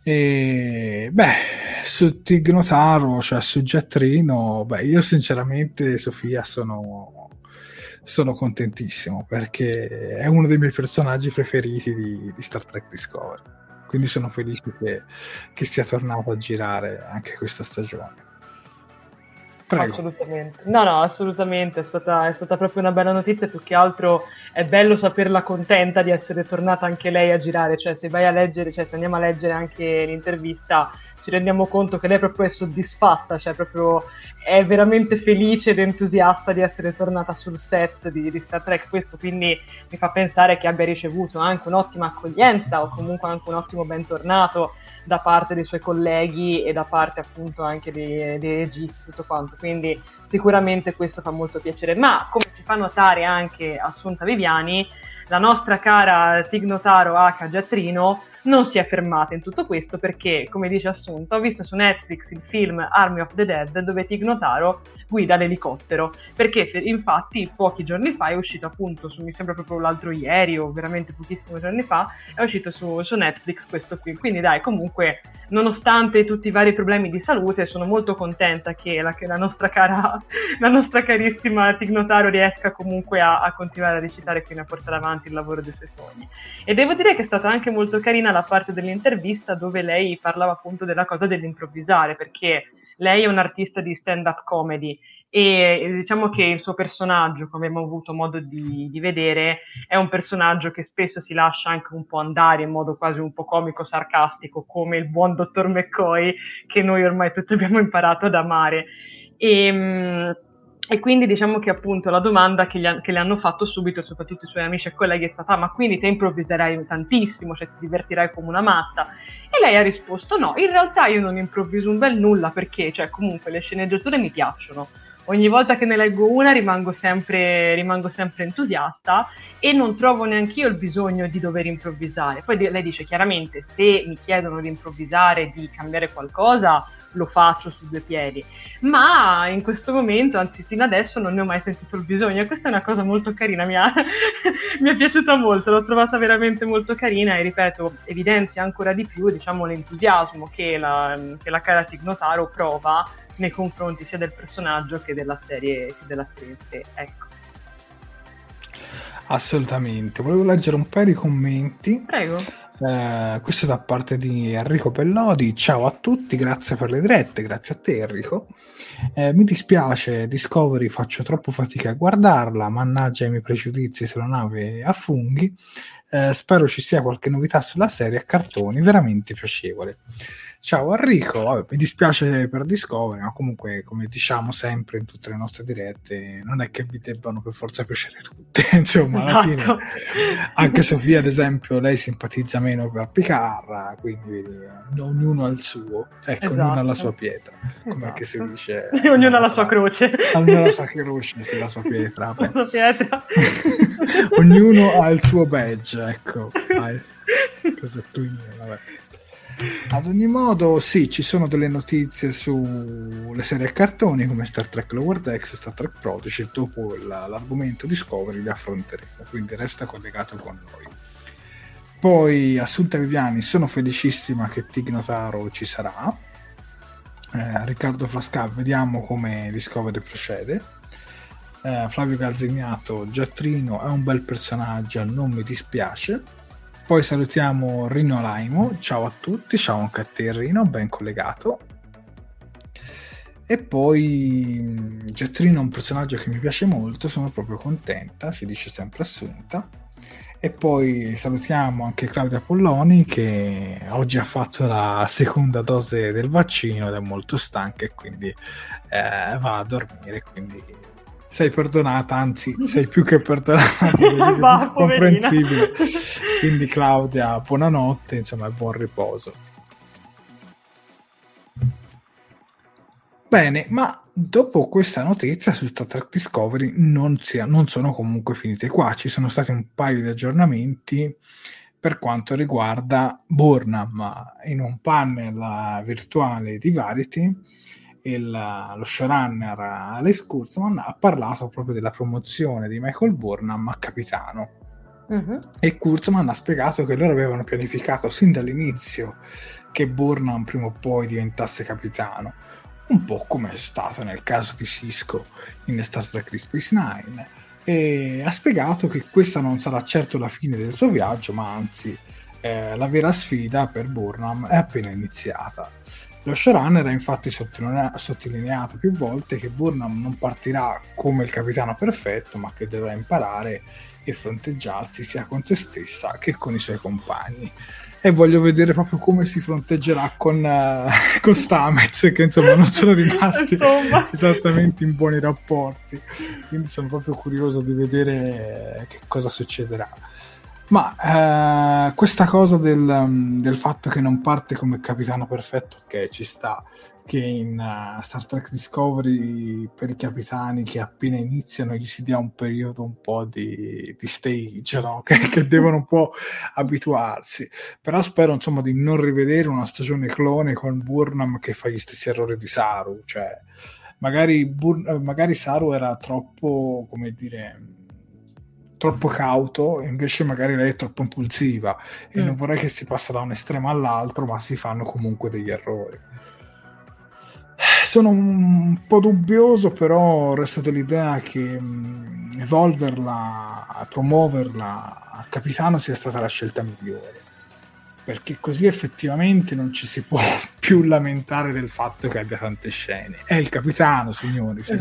E su Tig Notaro, cioè su Jet Reno, io sinceramente, Sofia, sono contentissimo perché è uno dei miei personaggi preferiti di Star Trek Discovery, quindi sono felice che sia tornato a girare anche questa stagione. Prego. Assolutamente. No, assolutamente, è stata proprio una bella notizia, più che altro è bello saperla contenta di essere tornata anche lei a girare, cioè se vai a leggere, cioè se andiamo a leggere anche l'intervista, ci rendiamo conto che lei proprio è soddisfatta, cioè proprio è veramente felice ed entusiasta di essere tornata sul set di Star Trek. Questo quindi mi fa pensare che abbia ricevuto anche un'ottima accoglienza o comunque anche un ottimo bentornato da parte dei suoi colleghi e da parte appunto anche dei registi, tutto quanto, quindi sicuramente questo fa molto piacere. Ma come ci fa notare anche Assunta Viviani, la nostra cara Tig Notaro H. Jet Reno non si è fermata in tutto questo, perché, come dice Assunta, ho visto su Netflix il film Army of the Dead dove Tig Notaro guida l'elicottero, perché infatti pochi giorni fa è uscito appunto mi sembra proprio l'altro ieri o veramente pochissimi giorni fa è uscito su Netflix questo qui. Quindi dai, comunque nonostante tutti i vari problemi di salute sono molto contenta che la nostra carissima Tig Notaro riesca comunque a continuare a recitare, quindi a portare avanti il lavoro dei suoi sogni. E devo dire che è stata anche molto carina la parte dell'intervista dove lei parlava appunto della cosa dell'improvvisare, perché lei è un'artista di stand-up comedy e diciamo che il suo personaggio, come abbiamo avuto modo di vedere, è un personaggio che spesso si lascia anche un po' andare in modo quasi un po' comico, sarcastico, come il buon dottor McCoy che noi ormai tutti abbiamo imparato ad amare. E quindi diciamo che appunto la domanda che le hanno fatto subito, soprattutto i suoi amici e colleghi, è stata: ma quindi te improvviserai tantissimo, cioè ti divertirai come una matta? E lei ha risposto: no, in realtà io non improvviso un bel nulla, perché cioè comunque le sceneggiature mi piacciono, ogni volta che ne leggo una rimango sempre entusiasta e non trovo neanche io il bisogno di dover improvvisare. Poi lei dice chiaramente: se mi chiedono di improvvisare, di cambiare qualcosa, lo faccio su due piedi, ma in questo momento, anzi fino adesso, non ne ho mai sentito il bisogno, e questa è una cosa molto carina, mi è piaciuta molto, l'ho trovata veramente molto carina e, ripeto, evidenzia ancora di più, diciamo, l'entusiasmo che la cara Tig Notaro prova nei confronti sia del personaggio che della serie in sé, ecco. Assolutamente. Volevo leggere un paio di commenti. Prego. Questo da parte di Enrico Pellodi. Ciao a tutti, grazie per le dirette. Grazie a te, Enrico. Mi dispiace, Discovery, faccio troppo fatica a guardarla, mannaggia i miei pregiudizi sulla nave a funghi. Spero ci sia qualche novità sulla serie a cartoni, veramente piacevole. Ciao Enrico, vabbè, mi dispiace per Discovery, ma comunque, come diciamo sempre in tutte le nostre dirette, non è che vi debbano per forza piacere tutte, insomma, alla fine. Anche Sofia, ad esempio, lei simpatizza meno per Picard, quindi vedi, ognuno ha il suo, ecco, ognuno ha la sua pietra, come che si dice. Ognuno ha la sua croce. Ognuno ha la sua croce, sì, la sua pietra. La sua pietra. Ognuno ha il suo badge, ecco. Cosa tu, vabbè. Ad ogni modo, sì, ci sono delle notizie sulle serie a cartoni come Star Trek Lower Decks e Star Trek Prodigy. Dopo l'argomento Discovery li affronteremo, quindi resta collegato con noi. Poi Assunta Viviani: sono felicissima che Tig Notaro ci sarà. Riccardo Frasca: vediamo come Discovery procede. Flavio Calzignato: Jet Reno è un bel personaggio, non mi dispiace. Poi salutiamo Rino Laimo: ciao a tutti, ciao anche a te Rino, ben collegato. E poi Jet Reno è un personaggio che mi piace molto, sono proprio contenta, si dice sempre Assunta. E poi salutiamo anche Claudia Polloni, che oggi ha fatto la seconda dose del vaccino ed è molto stanca e quindi va a dormire, quindi sei perdonata, anzi sei più che perdonata, sei comprensibile. Quindi Claudia, buonanotte, insomma, buon riposo. Bene, ma dopo questa notizia su Star Trek Discovery non sono comunque finite qua, ci sono stati un paio di aggiornamenti per quanto riguarda Burnham. In un panel virtuale di Variety lo showrunner Alex Kurtzman ha parlato proprio della promozione di Michael Burnham a capitano. E Kurtzman ha spiegato che loro avevano pianificato sin dall'inizio che Burnham prima o poi diventasse capitano, un po' come è stato nel caso di Sisko in Star Trek Deep Space Nine, e ha spiegato che questa non sarà certo la fine del suo viaggio, ma anzi la vera sfida per Burnham è appena iniziata. Lo showrunner ha infatti sottolineato più volte che Burnham non partirà come il capitano perfetto, ma che dovrà imparare e fronteggiarsi sia con se stessa che con i suoi compagni. E voglio vedere proprio come si fronteggerà con Stamets, che insomma non sono rimasti esattamente in buoni rapporti, quindi sono proprio curioso di vedere che cosa succederà. Ma questa cosa del fatto che non parte come capitano perfetto, che ci sta, che in Star Trek Discovery per i capitani che appena iniziano gli si dia un periodo un po' di stage, no? che devono un po' abituarsi, però spero insomma di non rivedere una stagione clone con Burnham che fa gli stessi errori di Saru, cioè magari Saru era troppo, come dire, troppo cauto, invece magari lei è troppo impulsiva, e non vorrei che si passa da un estremo all'altro, ma si fanno comunque degli errori. Sono un po' dubbioso, però resto dell'idea che evolverla, promuoverla a capitano sia stata la scelta migliore, perché così effettivamente non ci si può più lamentare del fatto che abbia tante scene. È il capitano, signori, se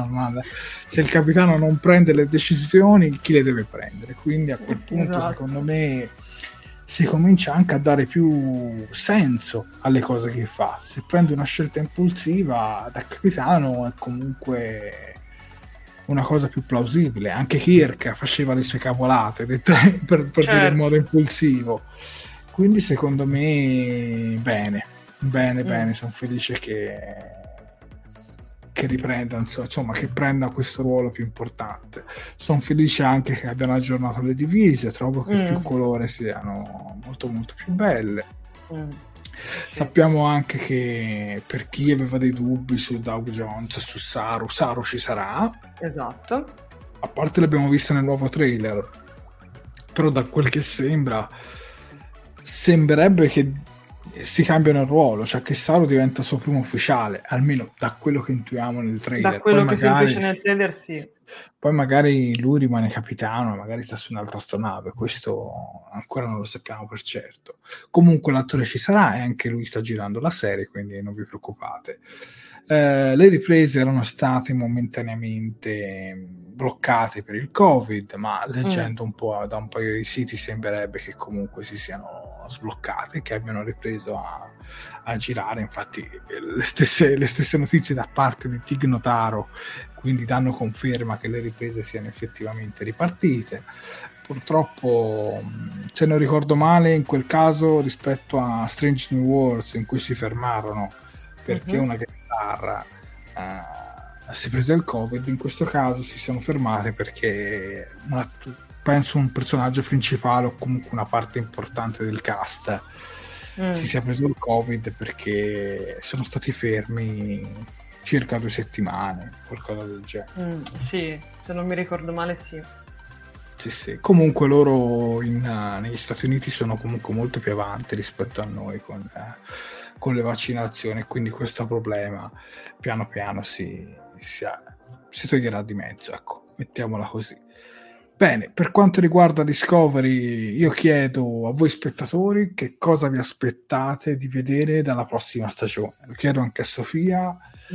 il capitano non prende le decisioni, chi le deve prendere? Quindi a quel punto secondo me si comincia anche a dare più senso alle cose che fa. Se prende una scelta impulsiva da capitano è comunque una cosa più plausibile. Anche Kirk faceva le sue cavolate per dire in modo impulsivo, quindi secondo me bene, sono felice che riprenda, insomma, che prenda questo ruolo più importante. Sono felice anche che abbiano aggiornato le divise, trovo che più colore siano molto molto più belle. Sappiamo anche che per chi aveva dei dubbi su Doug Jones, su Saru ci sarà, esatto, a parte l'abbiamo visto nel nuovo trailer, però da quel che sembrerebbe che si cambiano il ruolo, cioè che Saru diventa suo primo ufficiale, almeno da quello che intuiamo nel trailer. Da quello che si intuisce nel trailer, sì. Poi magari lui rimane capitano, magari sta su un'altra astronave, questo ancora non lo sappiamo per certo. Comunque l'attore ci sarà e anche lui sta girando la serie, quindi non vi preoccupate. Le riprese erano state momentaneamente bloccate per il Covid, ma leggendo un po' da un paio di siti sembrerebbe che comunque si siano sbloccate, che abbiano ripreso a girare. Infatti le stesse notizie da parte di Tig Notaro quindi danno conferma che le riprese siano effettivamente ripartite. Purtroppo, se non ricordo male, in quel caso rispetto a Strange New Worlds, in cui si fermarono perché una chitarra si prese il Covid, in questo caso si sono fermate perché penso un personaggio principale o comunque una parte importante del cast si sia preso il Covid, perché sono stati fermi circa 2 settimane, qualcosa del genere. Sì, se non mi ricordo male, sì. Sì. Comunque loro negli Stati Uniti sono comunque molto più avanti rispetto a noi con le vaccinazioni, quindi questo problema piano piano si toglierà di mezzo, ecco, mettiamola così. Bene, per quanto riguarda Discovery, io chiedo a voi spettatori che cosa vi aspettate di vedere dalla prossima stagione. Lo chiedo anche a Sofia.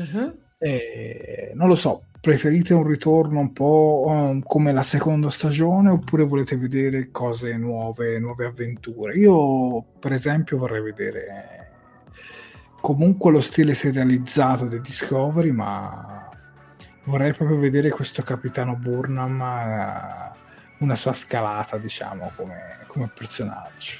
Non lo so, preferite un ritorno un po' come la seconda stagione, oppure volete vedere cose nuove avventure? Io per esempio vorrei vedere comunque lo stile serializzato di Discovery, ma vorrei proprio vedere questo capitano Burnham, una sua scalata, diciamo, come personaggio.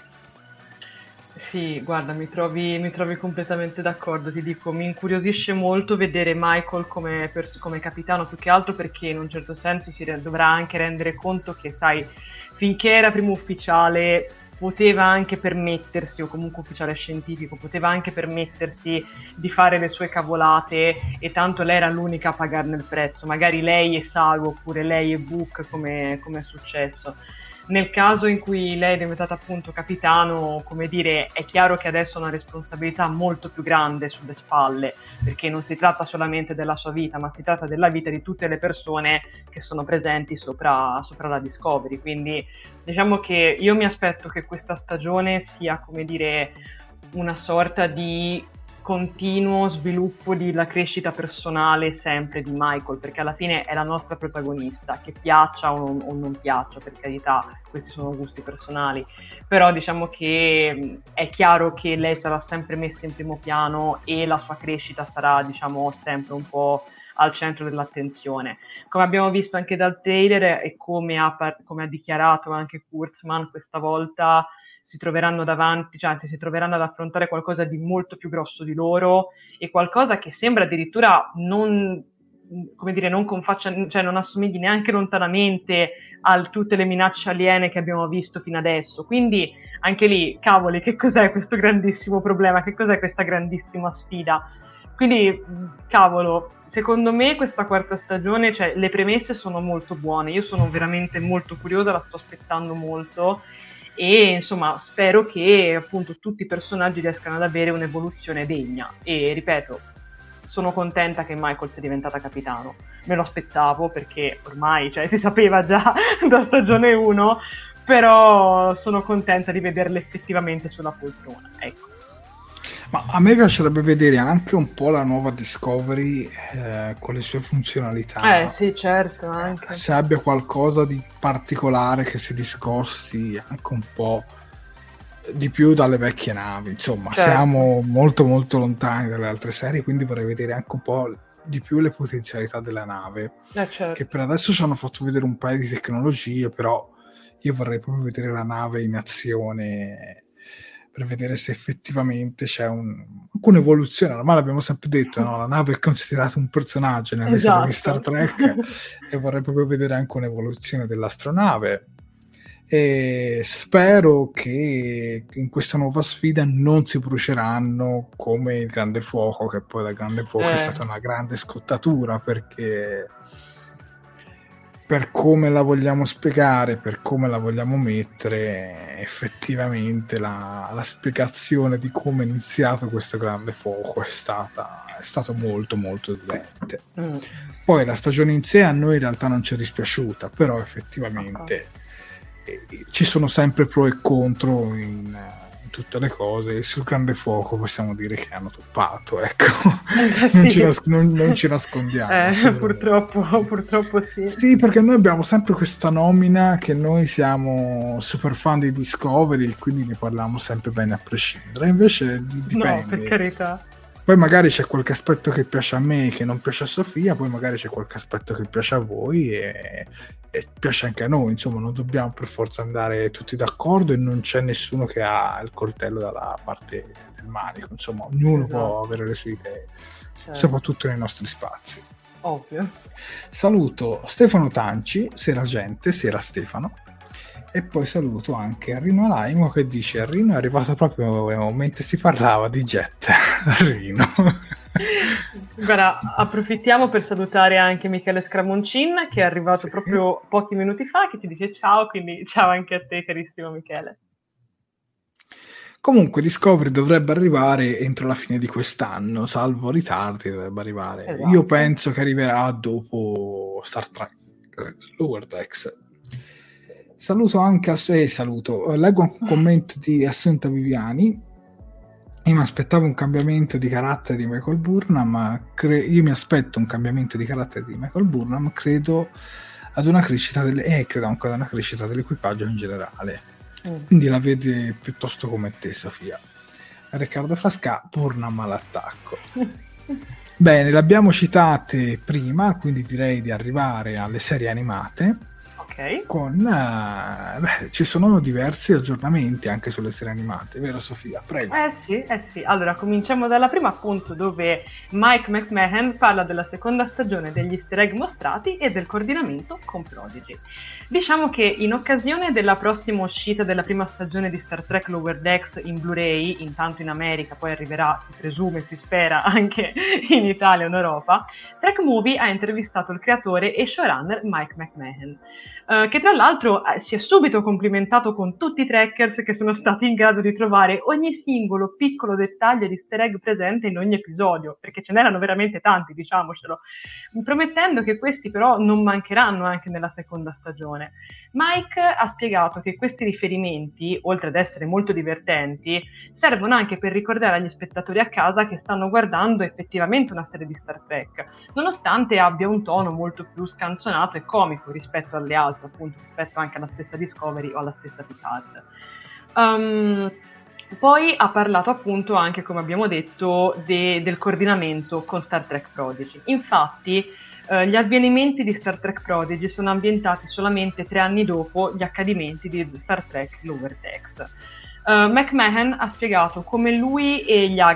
Sì, guarda, mi trovi completamente d'accordo, ti dico, mi incuriosisce molto vedere Michael come capitano, più che altro perché in un certo senso si dovrà anche rendere conto che, sai, finché era primo ufficiale poteva anche permettersi, o comunque ufficiale scientifico, poteva anche permettersi di fare le sue cavolate, e tanto lei era l'unica a pagarne il prezzo, magari lei e Saru, oppure lei e Book, come è successo. nel caso in cui lei è diventata appunto capitano, come dire, è chiaro che adesso ha una responsabilità molto più grande sulle spalle, perché non si tratta solamente della sua vita, ma si tratta della vita di tutte le persone che sono presenti sopra la Discovery. Quindi diciamo che io mi aspetto che questa stagione sia, come dire, una sorta di continuo sviluppo della crescita personale sempre di Michael, perché alla fine è la nostra protagonista, che piaccia o non piaccia, per carità, questi sono gusti personali, però diciamo che è chiaro che lei sarà sempre messa in primo piano e la sua crescita sarà, diciamo, sempre un po' al centro dell'attenzione. Come abbiamo visto anche dal trailer e come ha dichiarato anche Kurtzman, questa volta si troveranno davanti, cioè anzi si troveranno ad affrontare qualcosa di molto più grosso di loro e qualcosa che sembra addirittura non, come dire, non cioè non assomigli neanche lontanamente a tutte le minacce aliene che abbiamo visto fino adesso. Quindi anche lì, cavoli, che cos'è questo grandissimo problema? Che cos'è questa grandissima sfida? Quindi, cavolo, secondo me questa quarta stagione, cioè le premesse sono molto buone, io sono veramente molto curiosa, la sto aspettando molto e insomma spero che appunto tutti i personaggi riescano ad avere un'evoluzione degna e ripeto, sono contenta che Michael sia diventata capitano, me lo aspettavo perché ormai si sapeva già da stagione 1, però sono contenta di vederla effettivamente sulla poltrona, ecco. Ma a me piacerebbe vedere anche un po' la nuova Discovery con le sue funzionalità. Sì, certo, anche. Se abbia qualcosa di particolare che si discosti anche un po' di più dalle vecchie navi. Insomma, certo. Siamo molto molto lontani dalle altre serie, quindi vorrei vedere anche un po' di più le potenzialità della nave. Certo. Che per adesso ci hanno fatto vedere un paio di tecnologie, però io vorrei proprio vedere la nave in azione per vedere se effettivamente c'è alcuna evoluzione. Ormai l'abbiamo sempre detto, no? La nave è considerata un personaggio nelle serie di Star Trek e vorrei proprio vedere anche un'evoluzione dell'astronave e spero che in questa nuova sfida non si bruceranno come il Grande Fuoco, che poi dal Grande Fuoco è stata una grande scottatura, perché per come la vogliamo spiegare, per come la vogliamo mettere, effettivamente la spiegazione di come è iniziato questo Grande Fuoco è stato molto molto evidente. Poi la stagione in sé a noi in realtà non ci è dispiaciuta, però effettivamente ci sono sempre pro e contro in tutte le cose, e sul Grande Fuoco possiamo dire che hanno toppato, ecco. Non ci nascondiamo. Purtroppo sì. Sì, perché noi abbiamo sempre questa nomina che noi siamo super fan di Discovery, quindi ne parliamo sempre bene a prescindere, invece dipende. No, per carità. Poi magari c'è qualche aspetto che piace a me che non piace a Sofia, poi magari c'è qualche aspetto che piace a voi e piace anche a noi, insomma non dobbiamo per forza andare tutti d'accordo e non c'è nessuno che ha il coltello dalla parte del manico, insomma ognuno può avere le sue idee, soprattutto nei nostri spazi. Ovvio. Saluto Stefano Tanci, sera gente, sera Stefano, e poi saluto anche Rino Alaimo che dice: Rino è arrivato proprio mentre si parlava di Jet. Rino. Guarda, approfittiamo per salutare anche Michele Scramoncin che è arrivato proprio pochi minuti fa, che ti dice ciao, quindi ciao anche a te carissimo Michele. Comunque Discovery dovrebbe arrivare entro la fine di quest'anno, salvo ritardi dovrebbe arrivare. Esatto. Io penso che arriverà dopo Star Trek Lower Decks. Saluto anche leggo un commento di Assunta Viviani. Io mi aspettavo un cambiamento di carattere di Michael Burnham, io mi aspetto un cambiamento di carattere di Michael Burnham, credo ad una crescita credo anche ad una crescita dell'equipaggio in generale. Quindi la vede piuttosto come te, Sofia. Riccardo Frasca, Burnham all'attacco. Bene, le abbiamo citate prima, quindi direi di arrivare alle serie animate. Okay. Ci sono diversi aggiornamenti anche sulle serie animate, vero Sofia? Prego. Sì. Allora, cominciamo dalla prima, appunto, dove Mike McMahon parla della seconda stagione degli easter egg mostrati e del coordinamento con Prodigy. Diciamo che in occasione della prossima uscita della prima stagione di Star Trek Lower Decks in Blu-ray, intanto in America, poi arriverà, si presume, si spera, anche in Italia o in Europa, Trek Movie ha intervistato il creatore e showrunner Mike McMahon. che tra l'altro si è subito complimentato con tutti i trackers che sono stati in grado di trovare ogni singolo piccolo dettaglio di easter egg presente in ogni episodio, perché ce n'erano veramente tanti, diciamocelo, promettendo che questi però non mancheranno anche nella seconda stagione. Mike ha spiegato che questi riferimenti, oltre ad essere molto divertenti, servono anche per ricordare agli spettatori a casa che stanno guardando effettivamente una serie di Star Trek, nonostante abbia un tono molto più scanzonato e comico rispetto alle altre, appunto rispetto anche alla stessa Discovery o alla stessa Picard. Poi ha parlato appunto anche, come abbiamo detto, del coordinamento con Star Trek Prodigy. Infatti gli avvenimenti di Star Trek Prodigy sono ambientati solamente 3 anni dopo gli accadimenti di Star Trek Lower Decks. McMahon ha spiegato come lui e gli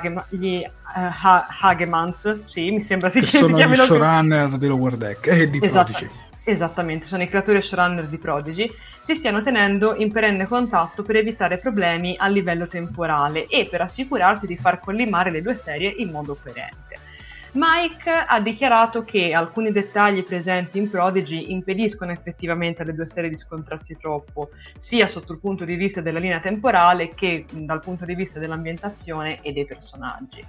Hagemans, sì, mi sembra si che sono gli showrunner di Lower Deck e di Prodigy. Esattamente, sono i creatori e showrunner di Prodigy, si stiano tenendo in perenne contatto per evitare problemi a livello temporale e per assicurarsi di far collimare le 2 serie in modo coerente. Mike ha dichiarato che alcuni dettagli presenti in Prodigy impediscono effettivamente alle 2 serie di scontrarsi troppo, sia sotto il punto di vista della linea temporale che dal punto di vista dell'ambientazione e dei personaggi.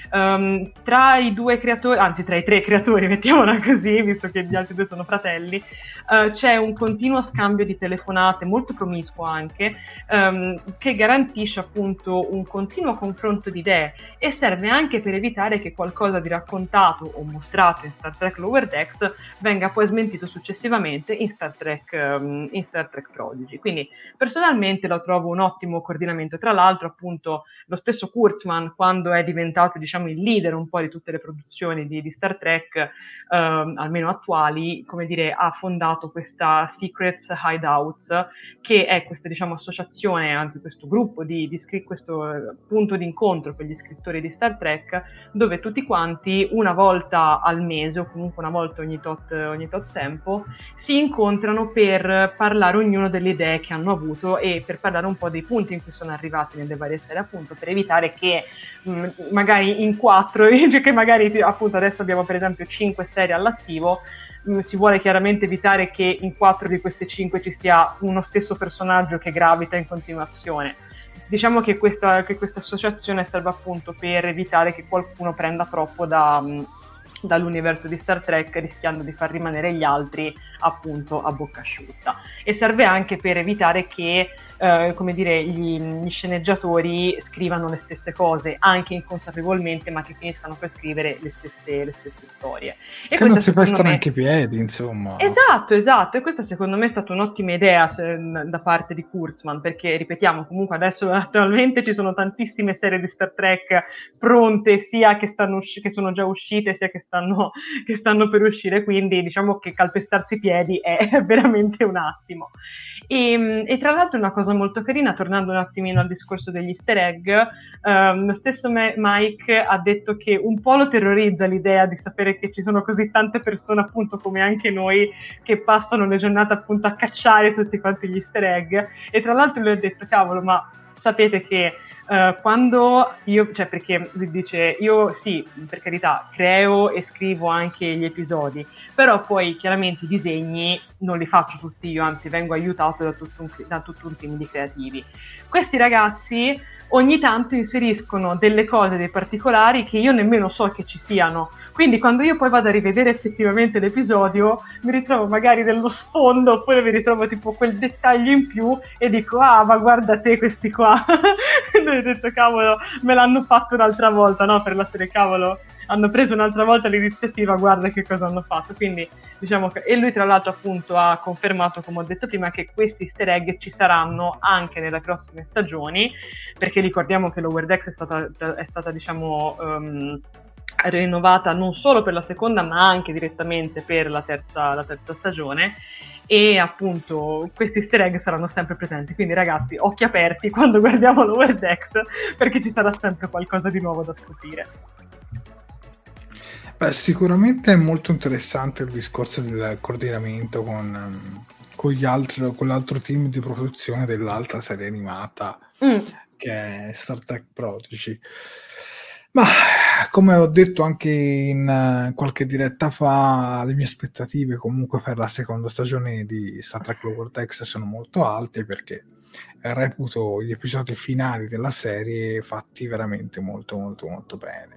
Tra i 2 creatori, anzi tra i 3 creatori, mettiamola così, visto che gli altri 2 sono fratelli, c'è un continuo scambio di telefonate, molto promiscuo anche, che garantisce appunto un continuo confronto di idee e serve anche per evitare che qualcosa di raccontato o mostrato in Star Trek Lower Decks venga poi smentito successivamente in Star Trek Prodigy. Quindi personalmente lo trovo un ottimo coordinamento. Tra l'altro appunto lo stesso Kurtzman, quando è diventato diciamo il leader un po' di tutte le produzioni di Star Trek, almeno attuali, come dire, ha fondato questa Secrets Hideouts, che è questa diciamo associazione, anzi questo gruppo questo punto di incontro per gli scrittori di Star Trek, dove tutti quanti una volta al mese o comunque una volta ogni tot tempo si incontrano per parlare ognuno delle idee che hanno avuto e per parlare un po' dei punti in cui sono arrivati nelle varie serie, appunto per evitare che magari in 4, che magari appunto adesso abbiamo per esempio 5 serie all'attivo, si vuole chiaramente evitare che in 4 di queste 5 ci sia uno stesso personaggio che gravita in continuazione. Diciamo che questa associazione serve appunto per evitare che qualcuno prenda troppo dall'universo di Star Trek, rischiando di far rimanere gli altri appunto a bocca asciutta, e serve anche per evitare che come dire, gli sceneggiatori scrivano le stesse cose anche inconsapevolmente, ma che finiscano per scrivere le stesse storie e che non si prestano anche i piedi, insomma. Esatto, e questa secondo me è stata un'ottima idea da parte di Kurtzman, perché ripetiamo, comunque adesso attualmente ci sono tantissime serie di Star Trek pronte, sia che sono già uscite sia che stanno per uscire, quindi diciamo che calpestarsi i piedi è veramente un attimo. E tra l'altro una cosa molto carina, tornando un attimino al discorso degli easter egg, lo stesso Mike ha detto che un po' lo terrorizza l'idea di sapere che ci sono così tante persone appunto come anche noi che passano le giornate appunto a cacciare tutti quanti gli easter egg, e tra l'altro lui ha detto cavolo, ma sapete che quando perché lui dice io sì, per carità, creo e scrivo anche gli episodi, però poi chiaramente i disegni non li faccio tutti io, anzi vengo aiutato da tutto un team di creativi. Questi ragazzi ogni tanto inseriscono delle cose, dei particolari che io nemmeno so che ci siano, quindi quando io poi vado a rivedere effettivamente l'episodio mi ritrovo magari dello sfondo, oppure mi ritrovo tipo quel dettaglio in più e dico ma guarda te questi qua. E ho detto cavolo, me l'hanno fatto un'altra volta, no, per la serie, cavolo, hanno preso un'altra volta l'iniziativa, guarda che cosa hanno fatto. Quindi diciamo che, e lui tra l'altro appunto ha confermato, come ho detto prima, che questi easter egg ci saranno anche nelle prossime stagioni, perché ricordiamo che Lower Decks è stata diciamo rinnovata non solo per la seconda ma anche direttamente per la terza stagione, e appunto questi easter egg saranno sempre presenti, quindi ragazzi occhi aperti quando guardiamo Lower Decks, perché ci sarà sempre qualcosa di nuovo da scoprire. Beh, sicuramente è molto interessante il discorso del coordinamento con l'altro team di produzione dell'altra serie animata che è Star Trek Prodigy. Ma come ho detto anche in qualche diretta fa, le mie aspettative comunque per la seconda stagione di Star Trek Lower Decks sono molto alte, perché reputo gli episodi finali della serie fatti veramente molto molto molto bene.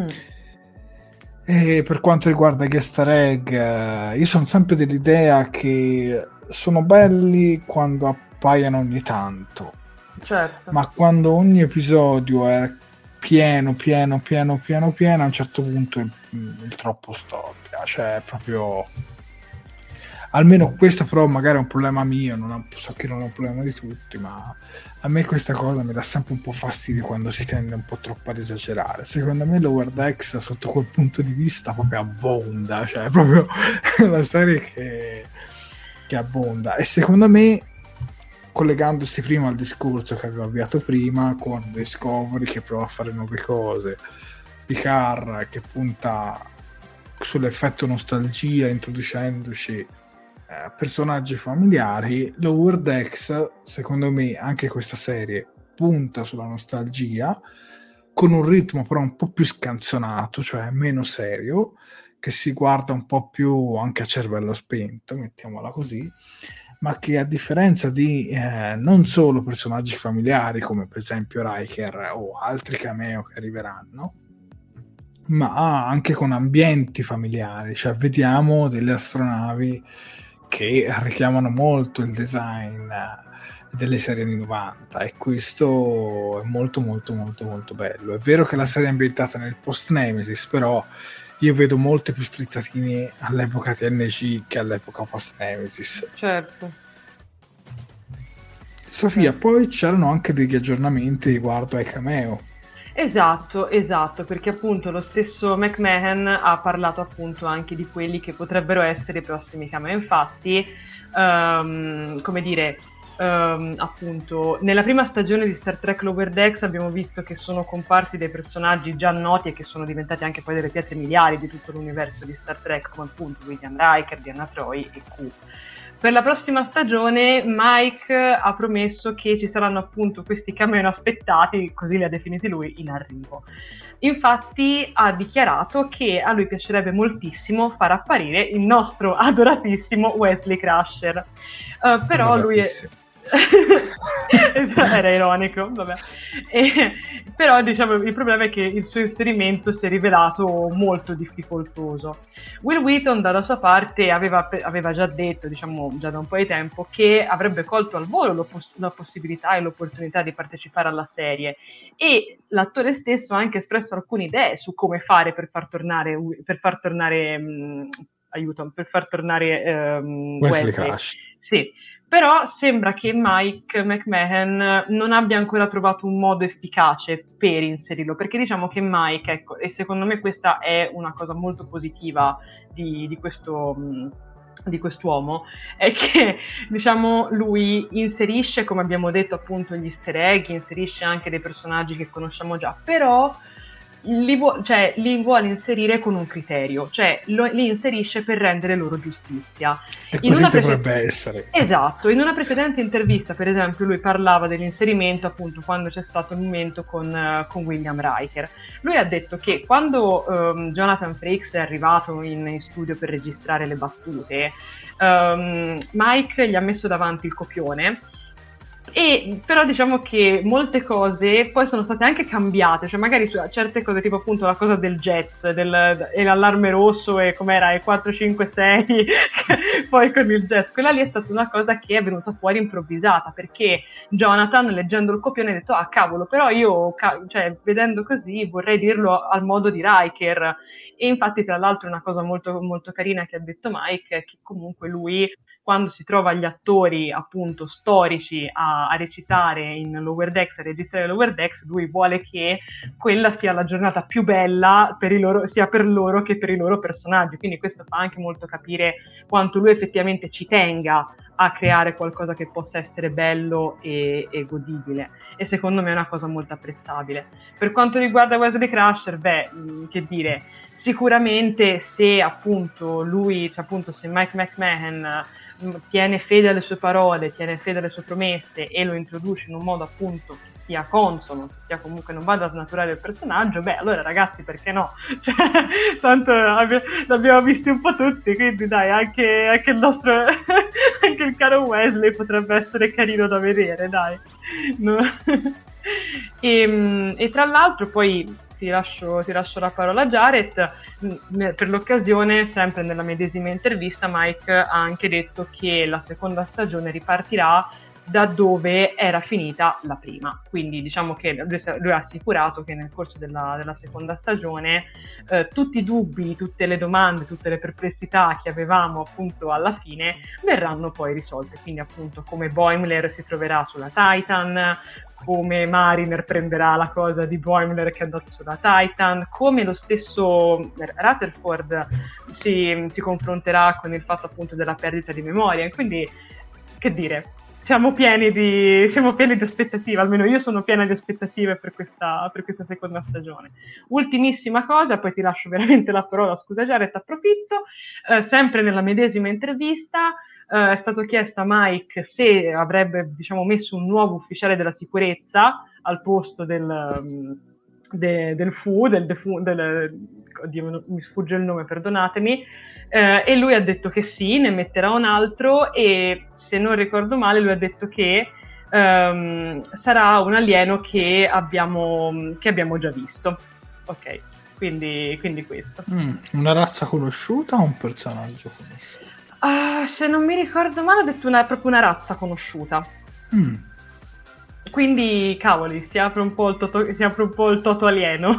E per quanto riguarda gli easter egg, io sono sempre dell'idea che sono belli quando appaiono ogni tanto, Certo. ma quando ogni episodio è pieno, a un certo punto il troppo stoppia, cioè proprio, almeno questo però magari è un problema mio, so che non è un problema di tutti, ma a me questa cosa mi dà sempre un po' fastidio quando si tende un po' troppo ad esagerare. Secondo me Lower Decks sotto quel punto di vista proprio abbonda, cioè è proprio una serie che abbonda, e secondo me, collegandosi prima al discorso che avevo avviato prima con Discovery che prova a fare nuove cose, Picard che punta sull'effetto nostalgia introducendoci personaggi familiari, Lower Decks, secondo me anche questa serie punta sulla nostalgia con un ritmo però un po' più scanzonato, cioè meno serio, che si guarda un po' più anche a cervello spento, mettiamola così, ma che a differenza di non solo personaggi familiari come per esempio Riker o altri cameo che arriveranno, ma anche con ambienti familiari, cioè vediamo delle astronavi che richiamano molto il design delle serie anni 90, e questo è molto molto molto molto bello. È vero che la serie è ambientata nel post Nemesis, però io vedo molte più strizzatine all'epoca TNG che all'epoca post Nemesis. Certo. Sofia, poi c'erano anche degli aggiornamenti riguardo ai cameo. Esatto, perché appunto lo stesso McMahon ha parlato appunto anche di quelli che potrebbero essere i prossimi cameo. Infatti, come dire, appunto, nella prima stagione di Star Trek Lower Decks abbiamo visto che sono comparsi dei personaggi già noti e che sono diventati anche poi delle pietre miliari di tutto l'universo di Star Trek, come appunto William Riker, Deanna Troi e Q. Per la prossima stagione Mike ha promesso che ci saranno appunto questi cameo inaspettati, così li ha definiti lui, in arrivo. Infatti ha dichiarato che a lui piacerebbe moltissimo far apparire il nostro adoratissimo Wesley Crusher. Però lui è... era ironico, vabbè. Però diciamo il problema è che il suo inserimento si è rivelato molto difficoltoso. Will Wheaton dalla sua parte aveva già detto, diciamo già da un po' di tempo, che avrebbe colto al volo la possibilità e l'opportunità di partecipare alla serie, e l'attore stesso ha anche espresso alcune idee su come fare per far tornare Wesley Crusher. Sì. Però sembra che Mike McMahon non abbia ancora trovato un modo efficace per inserirlo, perché diciamo che Mike, ecco, e secondo me questa è una cosa molto positiva di quest'uomo, è che diciamo lui inserisce, come abbiamo detto appunto, gli easter egg, inserisce anche dei personaggi che conosciamo già, però li vuole inserire con un criterio, cioè li inserisce per rendere loro giustizia. E così dovrebbe essere. Esatto, in una precedente intervista, per esempio, lui parlava dell'inserimento appunto quando c'è stato il momento con William Riker. Lui ha detto che quando Jonathan Frakes è arrivato in studio per registrare le battute, Mike gli ha messo davanti il copione. Però diciamo che molte cose poi sono state anche cambiate, cioè magari su certe cose, tipo appunto la cosa del jazz, e l'allarme rosso, e com'era, e 4, 5, 6 poi con il jazz, quella lì è stata una cosa che è venuta fuori improvvisata, perché Jonathan, leggendo il copione, ha detto ah cavolo, però io vedendo così vorrei dirlo al modo di Riker. E infatti tra l'altro una cosa molto, molto carina che ha detto Mike è che comunque lui, quando si trova gli attori appunto storici a recitare in Lower Decks, a registrare Lower Decks, lui vuole che quella sia la giornata più bella sia per loro che per i loro personaggi, quindi questo fa anche molto capire quanto lui effettivamente ci tenga a creare qualcosa che possa essere bello e godibile, e secondo me è una cosa molto apprezzabile. Per quanto riguarda Wesley Crusher, che dire, sicuramente se appunto se Mike McMahon tiene fede alle sue parole, tiene fede alle sue promesse e lo introduce in un modo appunto che sia consono, che sia comunque non vada a snaturare il personaggio, beh allora ragazzi perché no? Cioè, tanto l'abbiamo visti un po' tutti, quindi dai, anche il nostro anche il caro Wesley potrebbe essere carino da vedere, dai. No? E tra l'altro poi ti lascio la parola a Jared. Per l'occasione, sempre nella medesima intervista, Mike ha anche detto che la seconda stagione ripartirà da dove era finita la prima, quindi diciamo che lui ha assicurato che nel corso della seconda stagione tutti i dubbi, tutte le domande, tutte le perplessità che avevamo appunto alla fine verranno poi risolte, quindi appunto come Boimler si troverà sulla Titan, come Mariner prenderà la cosa di Boimler che è andato sulla Titan, come lo stesso Rutherford si confronterà con il fatto appunto della perdita di memoria, e quindi che dire, siamo pieni di aspettative, almeno io sono piena di aspettative per questa seconda stagione. Ultimissima cosa, poi ti lascio veramente la parola, scusa Jared, approfitto, sempre nella medesima intervista è stato chiesto a Mike se avrebbe, diciamo, messo un nuovo ufficiale della sicurezza al posto del oddio, mi sfugge il nome, perdonatemi, e lui ha detto che sì, ne metterà un altro, e se non ricordo male lui ha detto che sarà un alieno che abbiamo già visto. Ok, quindi questo. Una razza conosciuta o un personaggio conosciuto? Se non mi ricordo male ha detto proprio una razza conosciuta. Quindi cavoli, si apre un po' il toto alieno.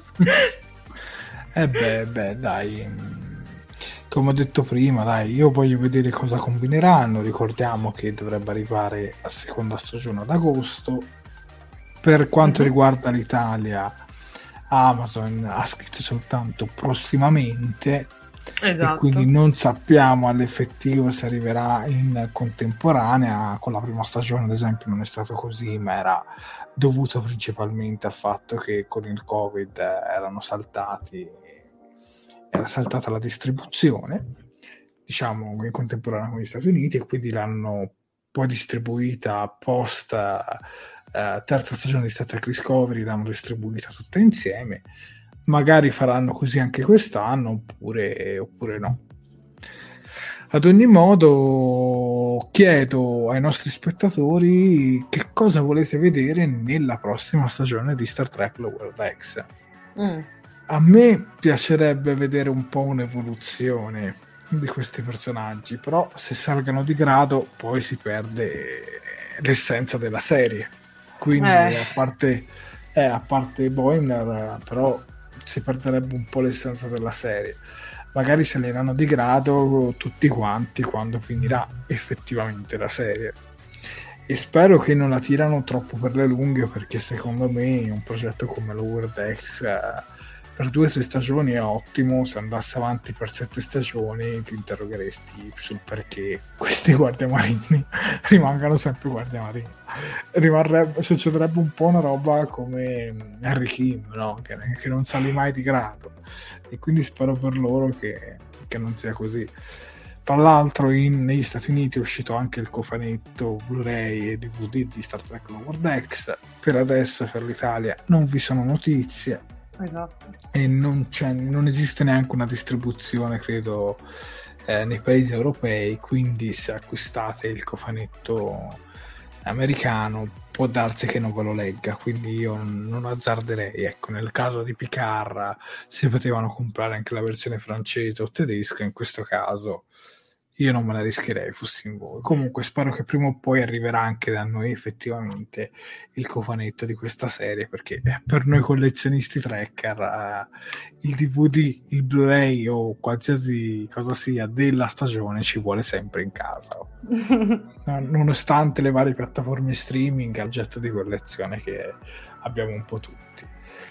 Beh, dai, come ho detto prima, dai, io voglio vedere cosa combineranno. Ricordiamo che dovrebbe arrivare la seconda stagione ad agosto. Per quanto riguarda l'Italia, Amazon ha scritto soltanto prossimamente. Esatto. E quindi non sappiamo all'effettivo se arriverà in contemporanea. Con la prima stagione ad esempio non è stato così, ma era dovuto principalmente al fatto che con il Covid era saltata la distribuzione, diciamo, in contemporanea con gli Stati Uniti, e quindi l'hanno poi distribuita post terza stagione di Star Trek Discovery, l'hanno distribuita tutta insieme. Magari faranno così anche quest'anno, oppure no. Ad ogni modo, chiedo ai nostri spettatori che cosa volete vedere nella prossima stagione di Star Trek Lower Decks. A me piacerebbe vedere un po' un'evoluzione di questi personaggi, però se salgano di grado poi si perde l'essenza della serie. Quindi a parte Boimler, però si perderebbe un po' l'essenza della serie. Magari saliranno di grado tutti quanti quando finirà effettivamente la serie, e spero che non la tirano troppo per le lunghe, perché secondo me un progetto come Lower Decks per 2 o 3 stagioni è ottimo. Se andasse avanti per 7 stagioni ti interrogheresti sul perché questi guardiamarini rimangano sempre guardiamarini. Succederebbe un po' una roba come Harry Kim, no? che non sali mai di grado, e quindi spero per loro che non sia così. Tra l'altro negli Stati Uniti è uscito anche il cofanetto Blu-ray e DVD di Star Trek Lower Decks. Per adesso per l'Italia non vi sono notizie. Esatto. E non esiste neanche una distribuzione, credo, nei paesi europei, quindi se acquistate il cofanetto americano può darsi che non ve lo legga, quindi io non azzarderei. Ecco, nel caso di Picard si potevano comprare anche la versione francese o tedesca, in questo caso io non me la rischierei fossi in voi. Comunque spero che prima o poi arriverà anche da noi effettivamente il cofanetto di questa serie, perché per noi collezionisti Trekker il DVD, il Blu-ray o qualsiasi cosa sia della stagione ci vuole sempre in casa. Nonostante le varie piattaforme streaming, è oggetto di collezione che abbiamo un po' tutti.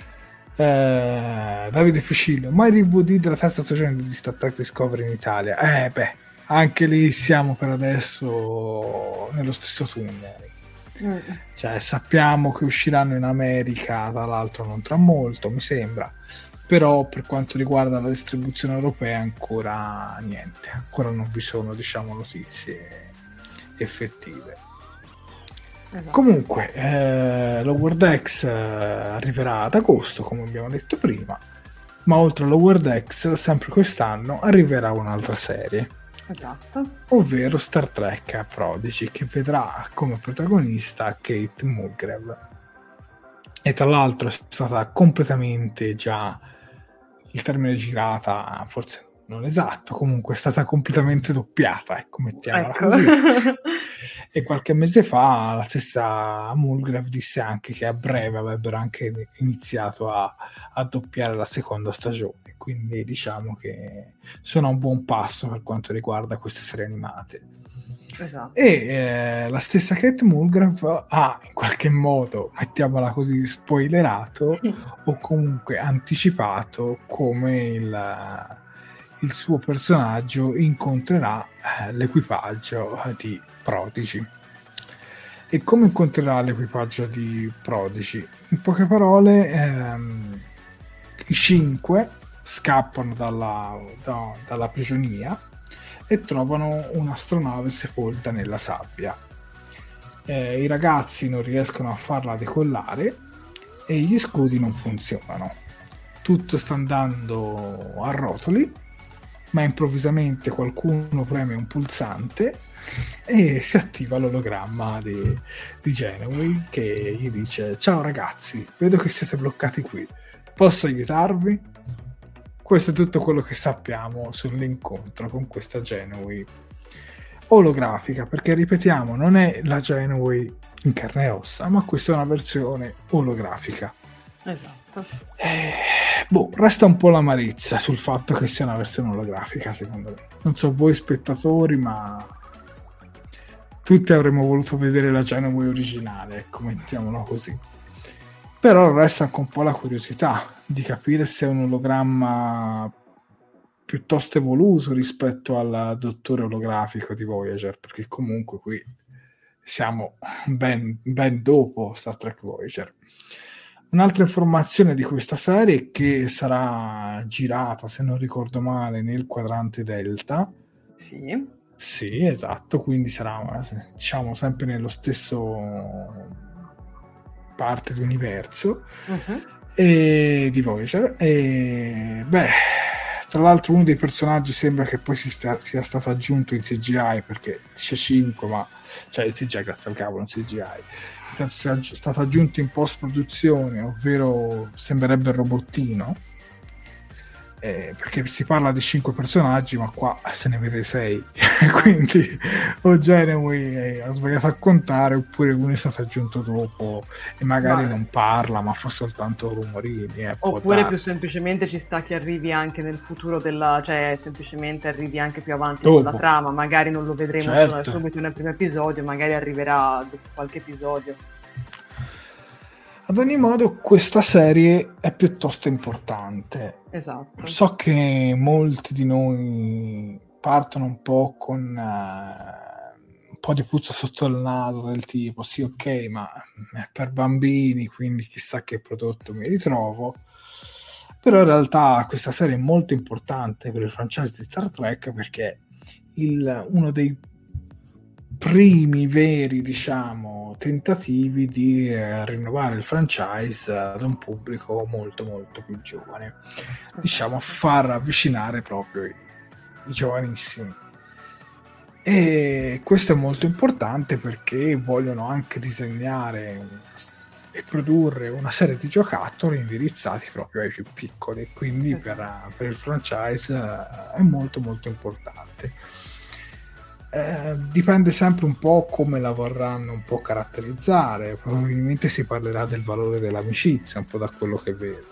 Davide Fucillo, mai DVD della terza stagione di Star Trek Discovery in Italia? Anche lì siamo per adesso nello stesso tunnel. Cioè, sappiamo che usciranno in America, tra l'altro non tra molto, mi sembra, però per quanto riguarda la distribuzione europea ancora niente, ancora non vi sono, diciamo, notizie effettive. Esatto. Comunque, Lower Decks arriverà ad agosto, come abbiamo detto prima, ma oltre a Lower Decks, sempre quest'anno arriverà un'altra serie, Esatto. ovvero Star Trek Prodigy, che vedrà come protagonista Kate Mulgrew. E tra l'altro è stata completamente già, il termine girata, forse non esatto, comunque è stata completamente doppiata, ecco, mettiamola così. E qualche mese fa la stessa Mulgrew disse anche che a breve avrebbero anche iniziato a doppiare la seconda stagione, quindi diciamo che sono a un buon passo per quanto riguarda queste serie animate. Esatto. E la stessa Kate Mulgrew ha in qualche modo, mettiamola così, spoilerato o comunque anticipato come il suo personaggio incontrerà l'equipaggio di Prodigy. E come incontrerà l'equipaggio di Prodigy? In poche parole, i 5 scappano dalla prigionia e trovano un'astronave sepolta nella sabbia. I ragazzi non riescono a farla decollare e gli scudi non funzionano. Tutto sta andando a rotoli, ma improvvisamente qualcuno preme un pulsante e si attiva l'ologramma di Janeway, che gli dice: ciao ragazzi, vedo che siete bloccati qui, posso aiutarvi? Questo è tutto quello che sappiamo sull'incontro con questa Janeway olografica, perché ripetiamo, non è la Janeway in carne e ossa, ma questa è una versione olografica. Esatto. Resta un po' l'amarezza sul fatto che sia una versione olografica, secondo me. Non so voi spettatori, ma tutti avremmo voluto vedere la Janeway originale, ecco, mettiamolo così. Però resta anche un po' la curiosità di capire se è un ologramma piuttosto evoluto rispetto al dottore olografico di Voyager, perché comunque qui siamo ben dopo Star Trek Voyager. Un'altra informazione di questa serie è che sarà girata, se non ricordo male, nel quadrante Delta. Sì, esatto, quindi sarà, diciamo, sempre nello stesso parte dell'universo di Voyager. E tra l'altro uno dei personaggi sembra che poi sia stato aggiunto in CGI, perché dice 5, ma cioè il CGI, grazie al cavolo, un CGI, nel senso è stato aggiunto in post produzione, ovvero sembrerebbe il robottino, perché si parla di 5 personaggi, ma qua se ne vede 6 quindi o Janeway ha sbagliato a contare, oppure uno è stato aggiunto dopo e magari non parla, ma fa soltanto rumorini, oppure più semplicemente ci sta che arrivi anche nel futuro cioè semplicemente arrivi anche più avanti con la trama, magari non lo vedremo subito nel primo episodio, magari arriverà dopo qualche episodio. Ad ogni modo questa serie è piuttosto importante. Esatto. So che molti di noi partono un po' con un po' di puzza sotto il naso, del tipo sì, ok, ma è per bambini, quindi chissà che prodotto mi ritrovo. Però in realtà questa serie è molto importante per il franchise di Star Trek, perché uno dei primi veri, diciamo, tentativi di rinnovare il franchise ad un pubblico molto molto più giovane, diciamo, far avvicinare proprio i giovanissimi. E questo è molto importante perché vogliono anche disegnare e produrre una serie di giocattoli indirizzati proprio ai più piccoli, quindi per il franchise è molto molto importante. Dipende sempre un po' come la vorranno un po' caratterizzare, probabilmente si parlerà del valore dell'amicizia, un po' da quello che vedo.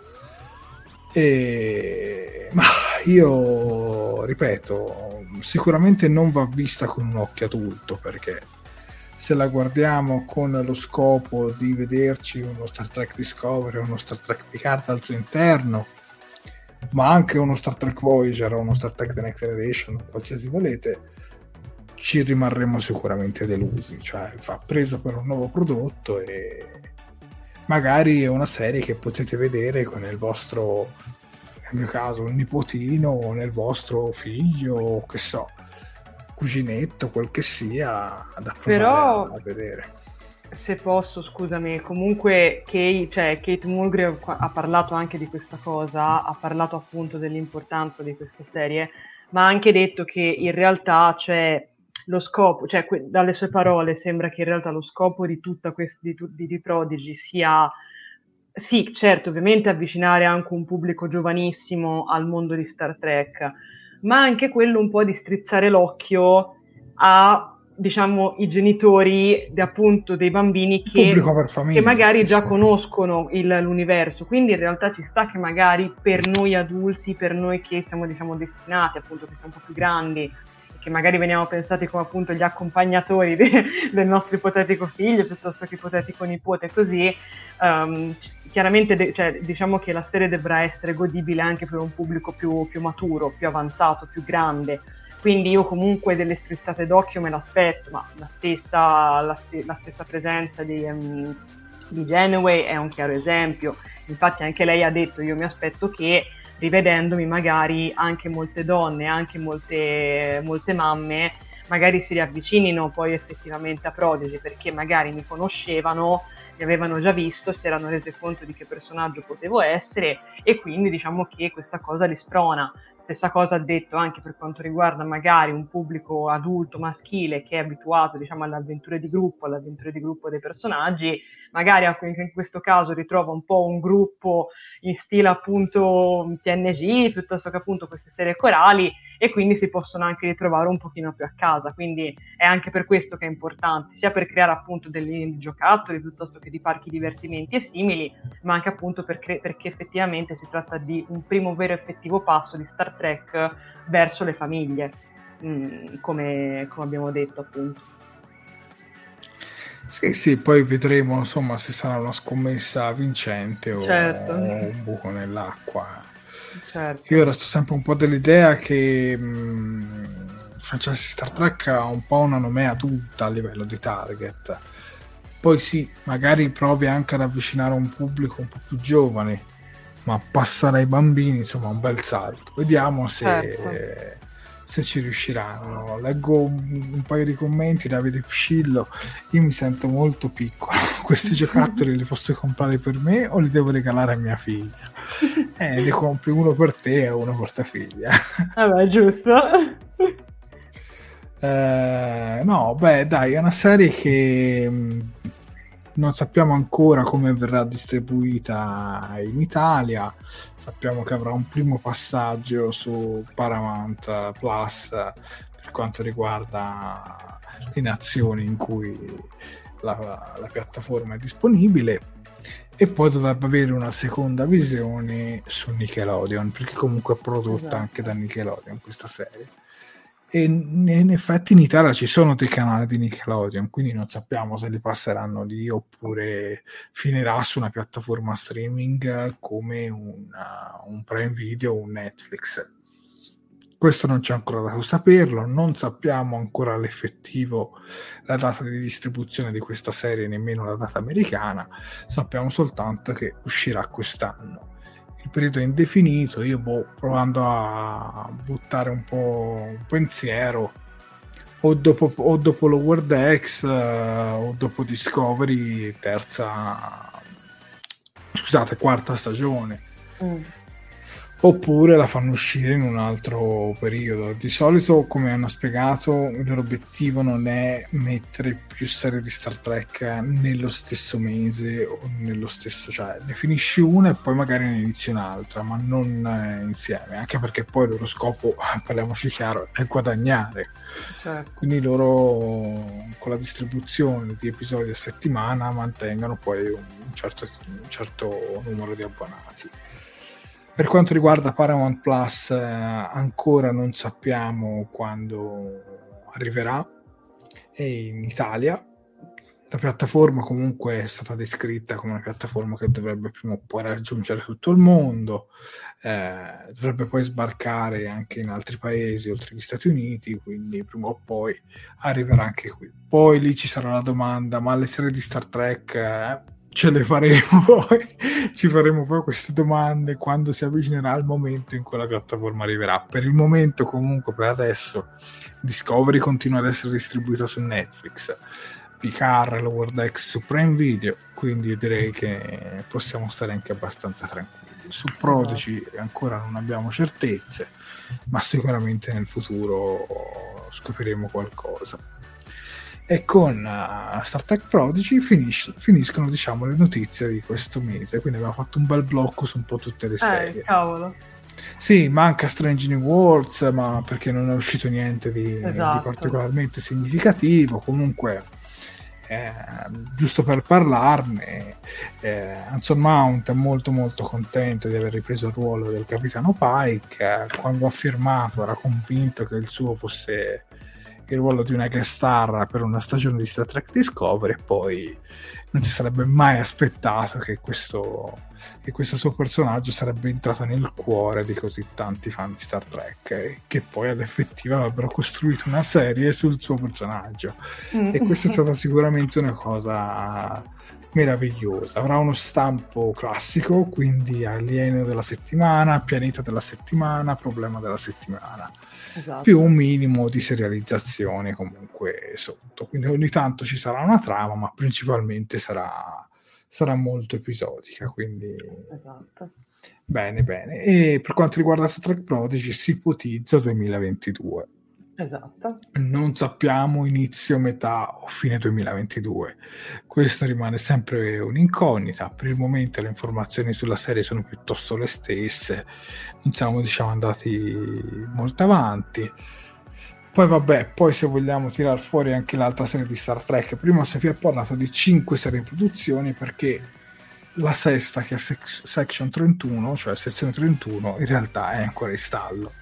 Ma io ripeto, sicuramente non va vista con un occhio adulto, perché se la guardiamo con lo scopo di vederci uno Star Trek Discovery o uno Star Trek Picard al suo interno, ma anche uno Star Trek Voyager o uno Star Trek The Next Generation, qualsiasi volete, ci rimarremo sicuramente delusi, cioè va preso per un nuovo prodotto e magari è una serie che potete vedere con il vostro, nel mio caso, un nipotino, o nel vostro figlio, che so, cuginetto, quel che sia, da provare a vedere. se posso, scusami, comunque Kate Mulgrew ha parlato anche di questa cosa, ha parlato appunto dell'importanza di questa serie, ma ha anche detto che in realtà lo scopo, dalle sue parole sembra che in realtà lo scopo di tutta di Prodigy sia, sì, certo, ovviamente avvicinare anche un pubblico giovanissimo al mondo di Star Trek, ma anche quello un po' di strizzare l'occhio a, diciamo, i genitori appunto dei bambini che magari già conoscono l'universo, quindi in realtà ci sta che magari per noi adulti, per noi che siamo, diciamo, destinati, appunto, che siamo un po' più grandi, che magari veniamo pensati come appunto gli accompagnatori del nostro ipotetico figlio piuttosto che ipotetico nipote, così chiaramente diciamo che la serie dovrà essere godibile anche per un pubblico più maturo, più avanzato, più grande. Quindi io comunque delle strizzate d'occhio me l'aspetto, ma la stessa presenza di Janeway è un chiaro esempio. Infatti anche lei ha detto: io mi aspetto che rivedendomi magari anche molte donne, anche molte mamme magari si riavvicinino poi effettivamente a Prodigy, perché magari mi conoscevano, mi avevano già visto, si erano rese conto di che personaggio potevo essere, e quindi diciamo che questa cosa li sprona. Stessa cosa ha detto anche per quanto riguarda magari un pubblico adulto maschile che è abituato, diciamo, alle avventure di gruppo dei personaggi, magari in questo caso ritrova un po' un gruppo in stile appunto TNG piuttosto che appunto queste serie corali, e quindi si possono anche ritrovare un pochino più a casa. Quindi è anche per questo che è importante, sia per creare appunto dei giocattoli piuttosto che di parchi divertimenti e simili, ma anche appunto perché effettivamente si tratta di un primo vero effettivo passo di Star Trek verso le famiglie, come abbiamo detto appunto. Sì, poi vedremo insomma se sarà una scommessa vincente o un buco nell'acqua. Certo. Io resto sempre un po' dell'idea che il franchise Star Trek ha un po' una nomea adulta a livello di target. Poi sì, magari provi anche ad avvicinare un pubblico un po' più giovane, ma passare ai bambini, insomma, un bel salto. Vediamo se ci riusciranno. Leggo un paio di commenti. Davide Piscillo: io mi sento molto piccolo, questi giocattoli li posso comprare per me o li devo regalare a mia figlia? Li compri uno per te e uno per tua figlia. Vabbè, giusto. No, beh, dai, è una serie che non sappiamo ancora come verrà distribuita in Italia. Sappiamo che avrà un primo passaggio su Paramount Plus per quanto riguarda le nazioni in cui la piattaforma è disponibile, e poi dovrebbe avere una seconda visione su Nickelodeon, perché comunque è prodotta anche da Nickelodeon questa serie. E in effetti in Italia ci sono dei canali di Nickelodeon, quindi non sappiamo se li passeranno lì oppure finirà su una piattaforma streaming come un Prime Video o un Netflix. Questo non c'è ancora dato saperlo, non sappiamo ancora l'effettivo, la data di distribuzione di questa serie, nemmeno la data americana, sappiamo soltanto che uscirà quest'anno. Il periodo è indefinito. Io provando a buttare un po' un pensiero, o dopo Lower Decks o dopo Discovery, quarta stagione, oppure la fanno uscire in un altro periodo. Di solito, come hanno spiegato, il loro obiettivo non è mettere più serie di Star Trek nello stesso mese o nello stesso, cioè ne finisci una e poi magari ne inizi un'altra, ma non insieme, anche perché poi il loro scopo, parliamoci chiaro, è guadagnare. Quindi loro con la distribuzione di episodi a settimana mantengono poi un certo numero di abbonati. Per quanto riguarda Paramount Plus, ancora non sappiamo quando arriverà in Italia. La piattaforma comunque è stata descritta come una piattaforma che dovrebbe prima o poi raggiungere tutto il mondo, dovrebbe poi sbarcare anche in altri paesi oltre gli Stati Uniti, quindi prima o poi arriverà anche qui. Poi lì ci sarà la domanda: ma le serie di Star Trek ce le faremo poi? Ci faremo poi queste domande quando si avvicinerà il momento in cui la piattaforma arriverà. Per il momento, comunque, per adesso Discovery continua ad essere distribuita su Netflix, Picard Lower Decks su Prime Video, quindi direi che possiamo stare anche abbastanza tranquilli. Su Prodigy ancora non abbiamo certezze, ma sicuramente nel futuro scopriremo qualcosa. E con Star Trek Prodigy finiscono, diciamo, le notizie di questo mese, quindi abbiamo fatto un bel blocco su un po' tutte le serie. Cavolo. Sì, manca Strange New Worlds, ma perché non è uscito niente di particolarmente significativo. Comunque, giusto per parlarne, Anson Mount è molto molto contento di aver ripreso il ruolo del capitano Pike. Quando ha firmato era convinto che il suo fosse il ruolo di una guest star per una stagione di Star Trek Discovery, e poi non si sarebbe mai aspettato che questo suo personaggio sarebbe entrato nel cuore di così tanti fan di Star Trek, che poi all'effettiva avrebbero costruito una serie sul suo personaggio. E questa è stata sicuramente una cosa meravigliosa. Avrà uno stampo classico, quindi alieno della settimana, pianeta della settimana, problema della settimana, più un minimo di serializzazione comunque sotto, quindi ogni tanto ci sarà una trama, ma principalmente sarà molto episodica, quindi bene. E per quanto riguarda Star Trek Prodigy si ipotizza 2022. Non sappiamo inizio, metà o fine 2022. Questo rimane sempre un'incognita. Per il momento le informazioni sulla serie sono piuttosto le stesse, non siamo, diciamo, andati molto avanti. Poi se vogliamo tirar fuori anche l'altra serie di Star Trek, prima Sofia ha parlato di 5 serie in produzione, perché la sesta, che è Section 31, cioè sezione 31, in realtà è ancora in stallo.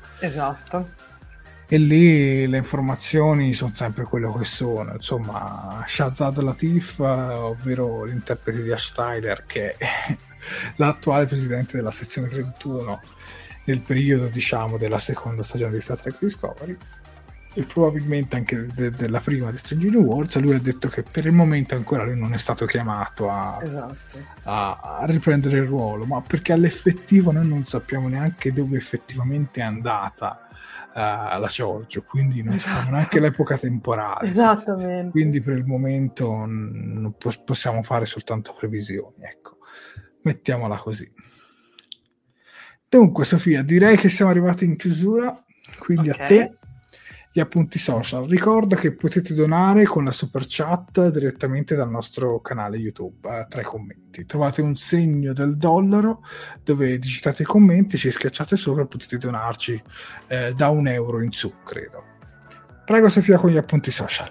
E lì le informazioni sono sempre quello che sono. Insomma, Shazad Latif, ovvero l'interprete di Ash Tyler, che è l'attuale presidente della sezione 31 nel periodo, diciamo, della seconda stagione di Star Trek Discovery, e probabilmente anche della prima di Strange New Worlds, lui ha detto che per il momento ancora lui non è stato chiamato a riprendere il ruolo, ma perché all'effettivo noi non sappiamo neanche dove effettivamente è andata la Giorgio, quindi non sappiamo neanche l'epoca temporale. Esattamente. Quindi per il momento non possiamo fare soltanto previsioni, ecco, mettiamola così. Dunque Sofia, direi che siamo arrivati in chiusura, quindi a te gli appunti social. Ricordo che potete donare con la super chat direttamente dal nostro canale YouTube, tra i commenti trovate un segno del dollaro dove digitate i commenti, ci schiacciate sopra e potete donarci da €1 in su, credo. Prego Sofia con gli appunti social.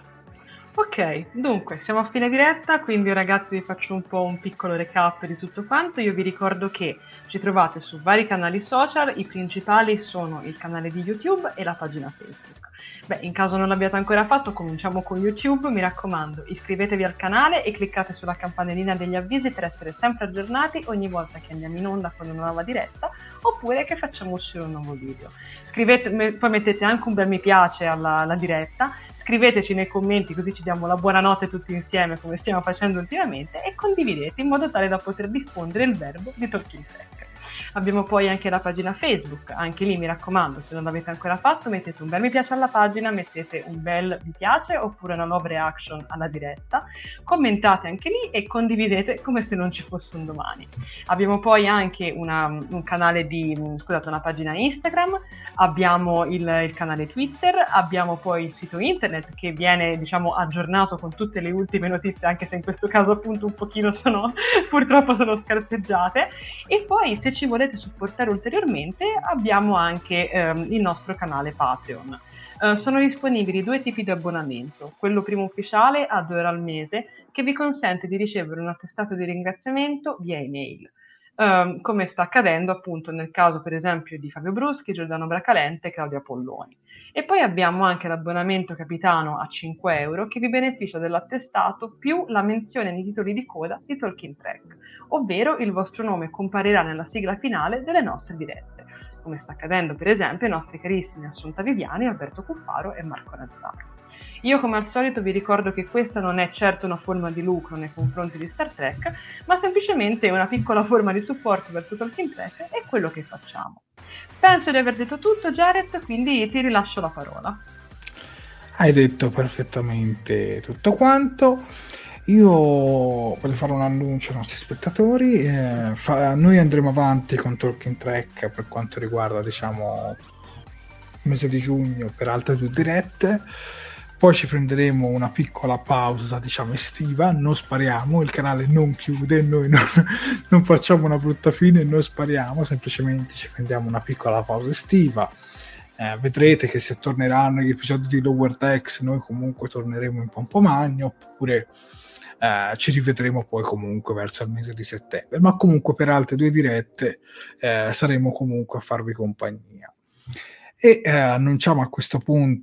Ok, dunque siamo a fine diretta, quindi ragazzi vi faccio un po' un piccolo recap di tutto quanto. Io vi ricordo che ci trovate su vari canali social, i principali sono il canale di YouTube e la pagina Facebook. Beh, in caso non l'abbiate ancora fatto, cominciamo con YouTube. Mi raccomando, iscrivetevi al canale e cliccate sulla campanellina degli avvisi per essere sempre aggiornati ogni volta che andiamo in onda con una nuova diretta, oppure che facciamo uscire un nuovo video. Poi mettete anche un bel mi piace alla diretta, scriveteci nei commenti così ci diamo la buonanotte tutti insieme come stiamo facendo ultimamente, e condividete in modo tale da poter diffondere il verbo di Talking Trek. Abbiamo poi anche la pagina Facebook, anche lì mi raccomando, se non l'avete ancora fatto mettete un bel mi piace alla pagina, mettete un bel mi piace oppure una love reaction alla diretta, commentate anche lì e condividete come se non ci fosse un domani. Abbiamo poi anche un canale una pagina Instagram, abbiamo il canale Twitter, abbiamo poi il sito internet che viene, diciamo, aggiornato con tutte le ultime notizie, anche se in questo caso appunto un pochino purtroppo sono scarseggiate. E poi se ci volete supportare ulteriormente abbiamo anche il nostro canale Patreon. Sono disponibili 2 tipi di abbonamento, quello primo ufficiale a €2 al mese che vi consente di ricevere un attestato di ringraziamento via email, come sta accadendo appunto nel caso per esempio di Fabio Bruschi, Giordano Bracalente e Claudia Polloni. E poi abbiamo anche l'abbonamento capitano a €5 che vi beneficia dell'attestato più la menzione nei titoli di coda di Talking Trek, ovvero il vostro nome comparirà nella sigla finale delle nostre dirette, come sta accadendo per esempio ai nostri carissimi Assunta Viviani, Alberto Cuffaro e Marco Nazzaro. Io come al solito vi ricordo che questa non è certo una forma di lucro nei confronti di Star Trek, ma semplicemente una piccola forma di supporto verso Talking Trek e quello che facciamo. Penso di aver detto tutto, Jared, quindi ti rilascio la parola. Hai detto perfettamente tutto quanto. Io voglio fare un annuncio ai nostri spettatori. Noi andremo avanti con Talking Track per quanto riguarda, diciamo, il mese di giugno per altre 2 dirette. Poi ci prenderemo una piccola pausa, diciamo, estiva. Non spariamo, il canale non chiude, noi non facciamo una brutta fine, non spariamo, semplicemente ci prendiamo una piccola pausa estiva. Vedrete che se torneranno gli episodi di Lower Decks, noi comunque torneremo in pompa magna, oppure ci rivedremo poi comunque verso il mese di settembre, ma comunque per altre 2 dirette saremo comunque a farvi compagnia. E annunciamo a questo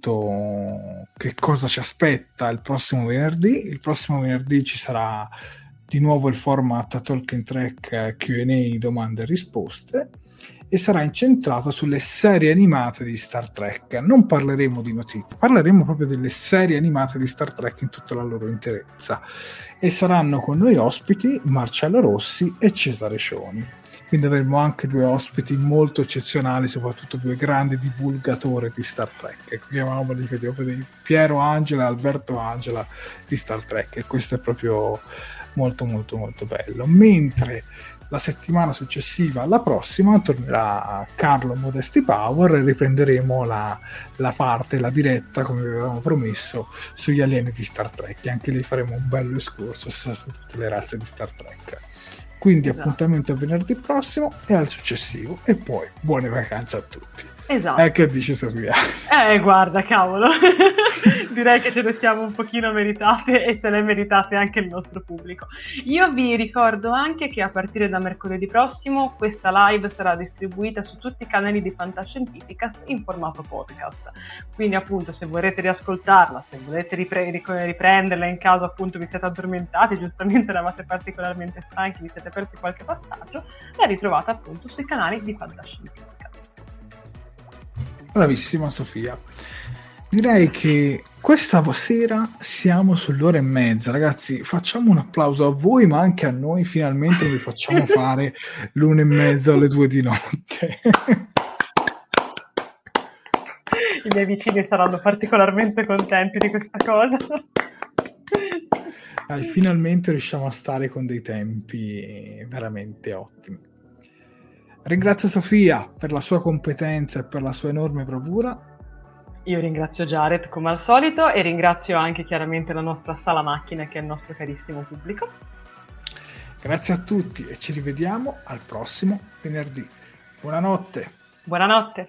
punto che cosa ci aspetta il prossimo venerdì. Il prossimo venerdì ci sarà di nuovo il format Talking Track Q&A, domande e risposte, e sarà incentrato sulle serie animate di Star Trek. Non parleremo di notizie, parleremo proprio delle serie animate di Star Trek in tutta la loro interezza, e saranno con noi ospiti Marcello Rossi e Cesare Cioni. Quindi avremo anche 2 ospiti molto eccezionali, soprattutto 2 grandi divulgatori di Star Trek. Chiamiamoli proprio Piero Angela e Alberto Angela di Star Trek, e questo è proprio molto molto molto bello. Mentre la settimana successiva alla prossima tornerà Carlo Modesti Power e riprenderemo la diretta, come avevamo promesso, sugli alieni di Star Trek. Anche lì faremo un bello escurso su tutte le razze di Star Trek. Quindi appuntamento a venerdì prossimo e al successivo, e poi buone vacanze a tutti. Esatto. Che dice Sofia? Guarda, cavolo. Direi che ce le siamo un pochino meritate, e se le meritate anche il nostro pubblico. Io vi ricordo anche che a partire da mercoledì prossimo questa live sarà distribuita su tutti i canali di Fantascientificast in formato podcast. Quindi appunto, se vorrete riascoltarla, se volete riprenderla in caso appunto vi siete addormentati, giustamente eravate particolarmente stanchi, vi siete persi qualche passaggio, la ritrovate appunto sui canali di Fantascientificast. Bravissima Sofia. Direi che questa sera siamo sull'1 ora e mezza. Ragazzi, facciamo un applauso a voi, ma anche a noi. Finalmente vi facciamo fare l'1 e mezza o le 2 di notte. I miei vicini saranno particolarmente contenti di questa cosa. Finalmente riusciamo a stare con dei tempi veramente ottimi. Ringrazio Sofia per la sua competenza e per la sua enorme bravura. Io ringrazio Jared come al solito, e ringrazio anche chiaramente la nostra sala macchine, che è il nostro carissimo pubblico. Grazie a tutti e ci rivediamo al prossimo venerdì. Buonanotte. Buonanotte.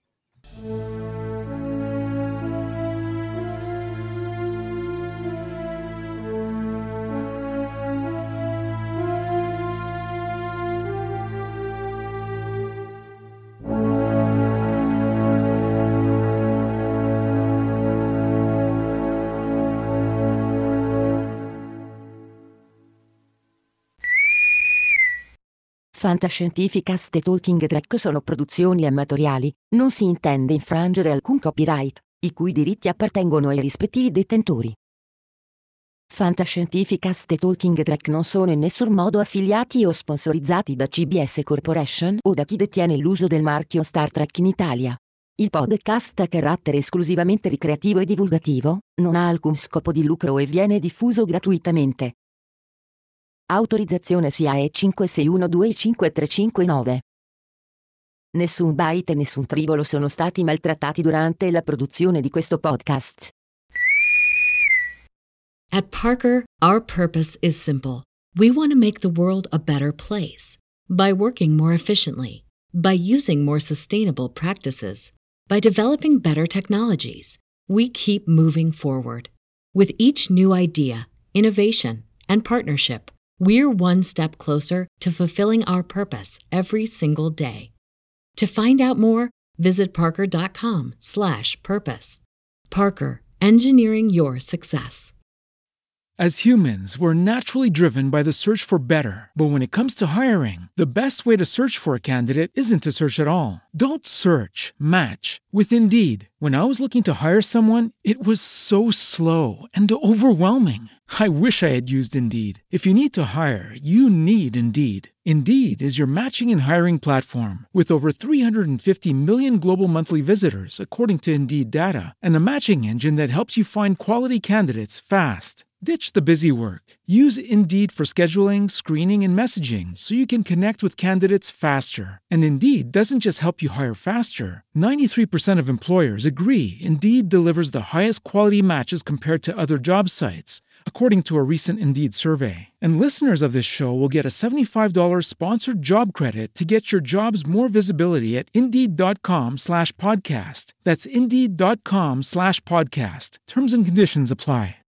Fantascientificast e Talking Track sono produzioni amatoriali, non si intende infrangere alcun copyright, i cui diritti appartengono ai rispettivi detentori. Fantascientificast e Talking Track non sono in nessun modo affiliati o sponsorizzati da CBS Corporation o da chi detiene l'uso del marchio Star Trek in Italia. Il podcast ha carattere esclusivamente ricreativo e divulgativo, non ha alcun scopo di lucro e viene diffuso gratuitamente. Autorizzazione SIAE 56125359. Nessun byte e nessun tribolo sono stati maltrattati durante la produzione di questo podcast. At Parker, our purpose is simple. We want to make the world a better place. By working more efficiently, by using more sustainable practices, by developing better technologies, we keep moving forward. With each new idea, innovation, and partnership, we're one step closer to fulfilling our purpose every single day. To find out more, visit parker.com/purpose. Parker, engineering your success. As humans, we're naturally driven by the search for better. But when it comes to hiring, the best way to search for a candidate isn't to search at all. Don't search, match with Indeed. When I was looking to hire someone, it was so slow and overwhelming. I wish I had used Indeed. If you need to hire, you need Indeed. Indeed is your matching and hiring platform with over 350 million global monthly visitors, according to Indeed data, and a matching engine that helps you find quality candidates fast. Ditch the busy work. Use Indeed for scheduling, screening, and messaging so you can connect with candidates faster. And Indeed doesn't just help you hire faster. 93% of employers agree Indeed delivers the highest quality matches compared to other job sites, according to a recent Indeed survey. And listeners of this show will get a $75 sponsored job credit to get your jobs more visibility at Indeed.com/podcast. That's Indeed.com/podcast. Terms and conditions apply.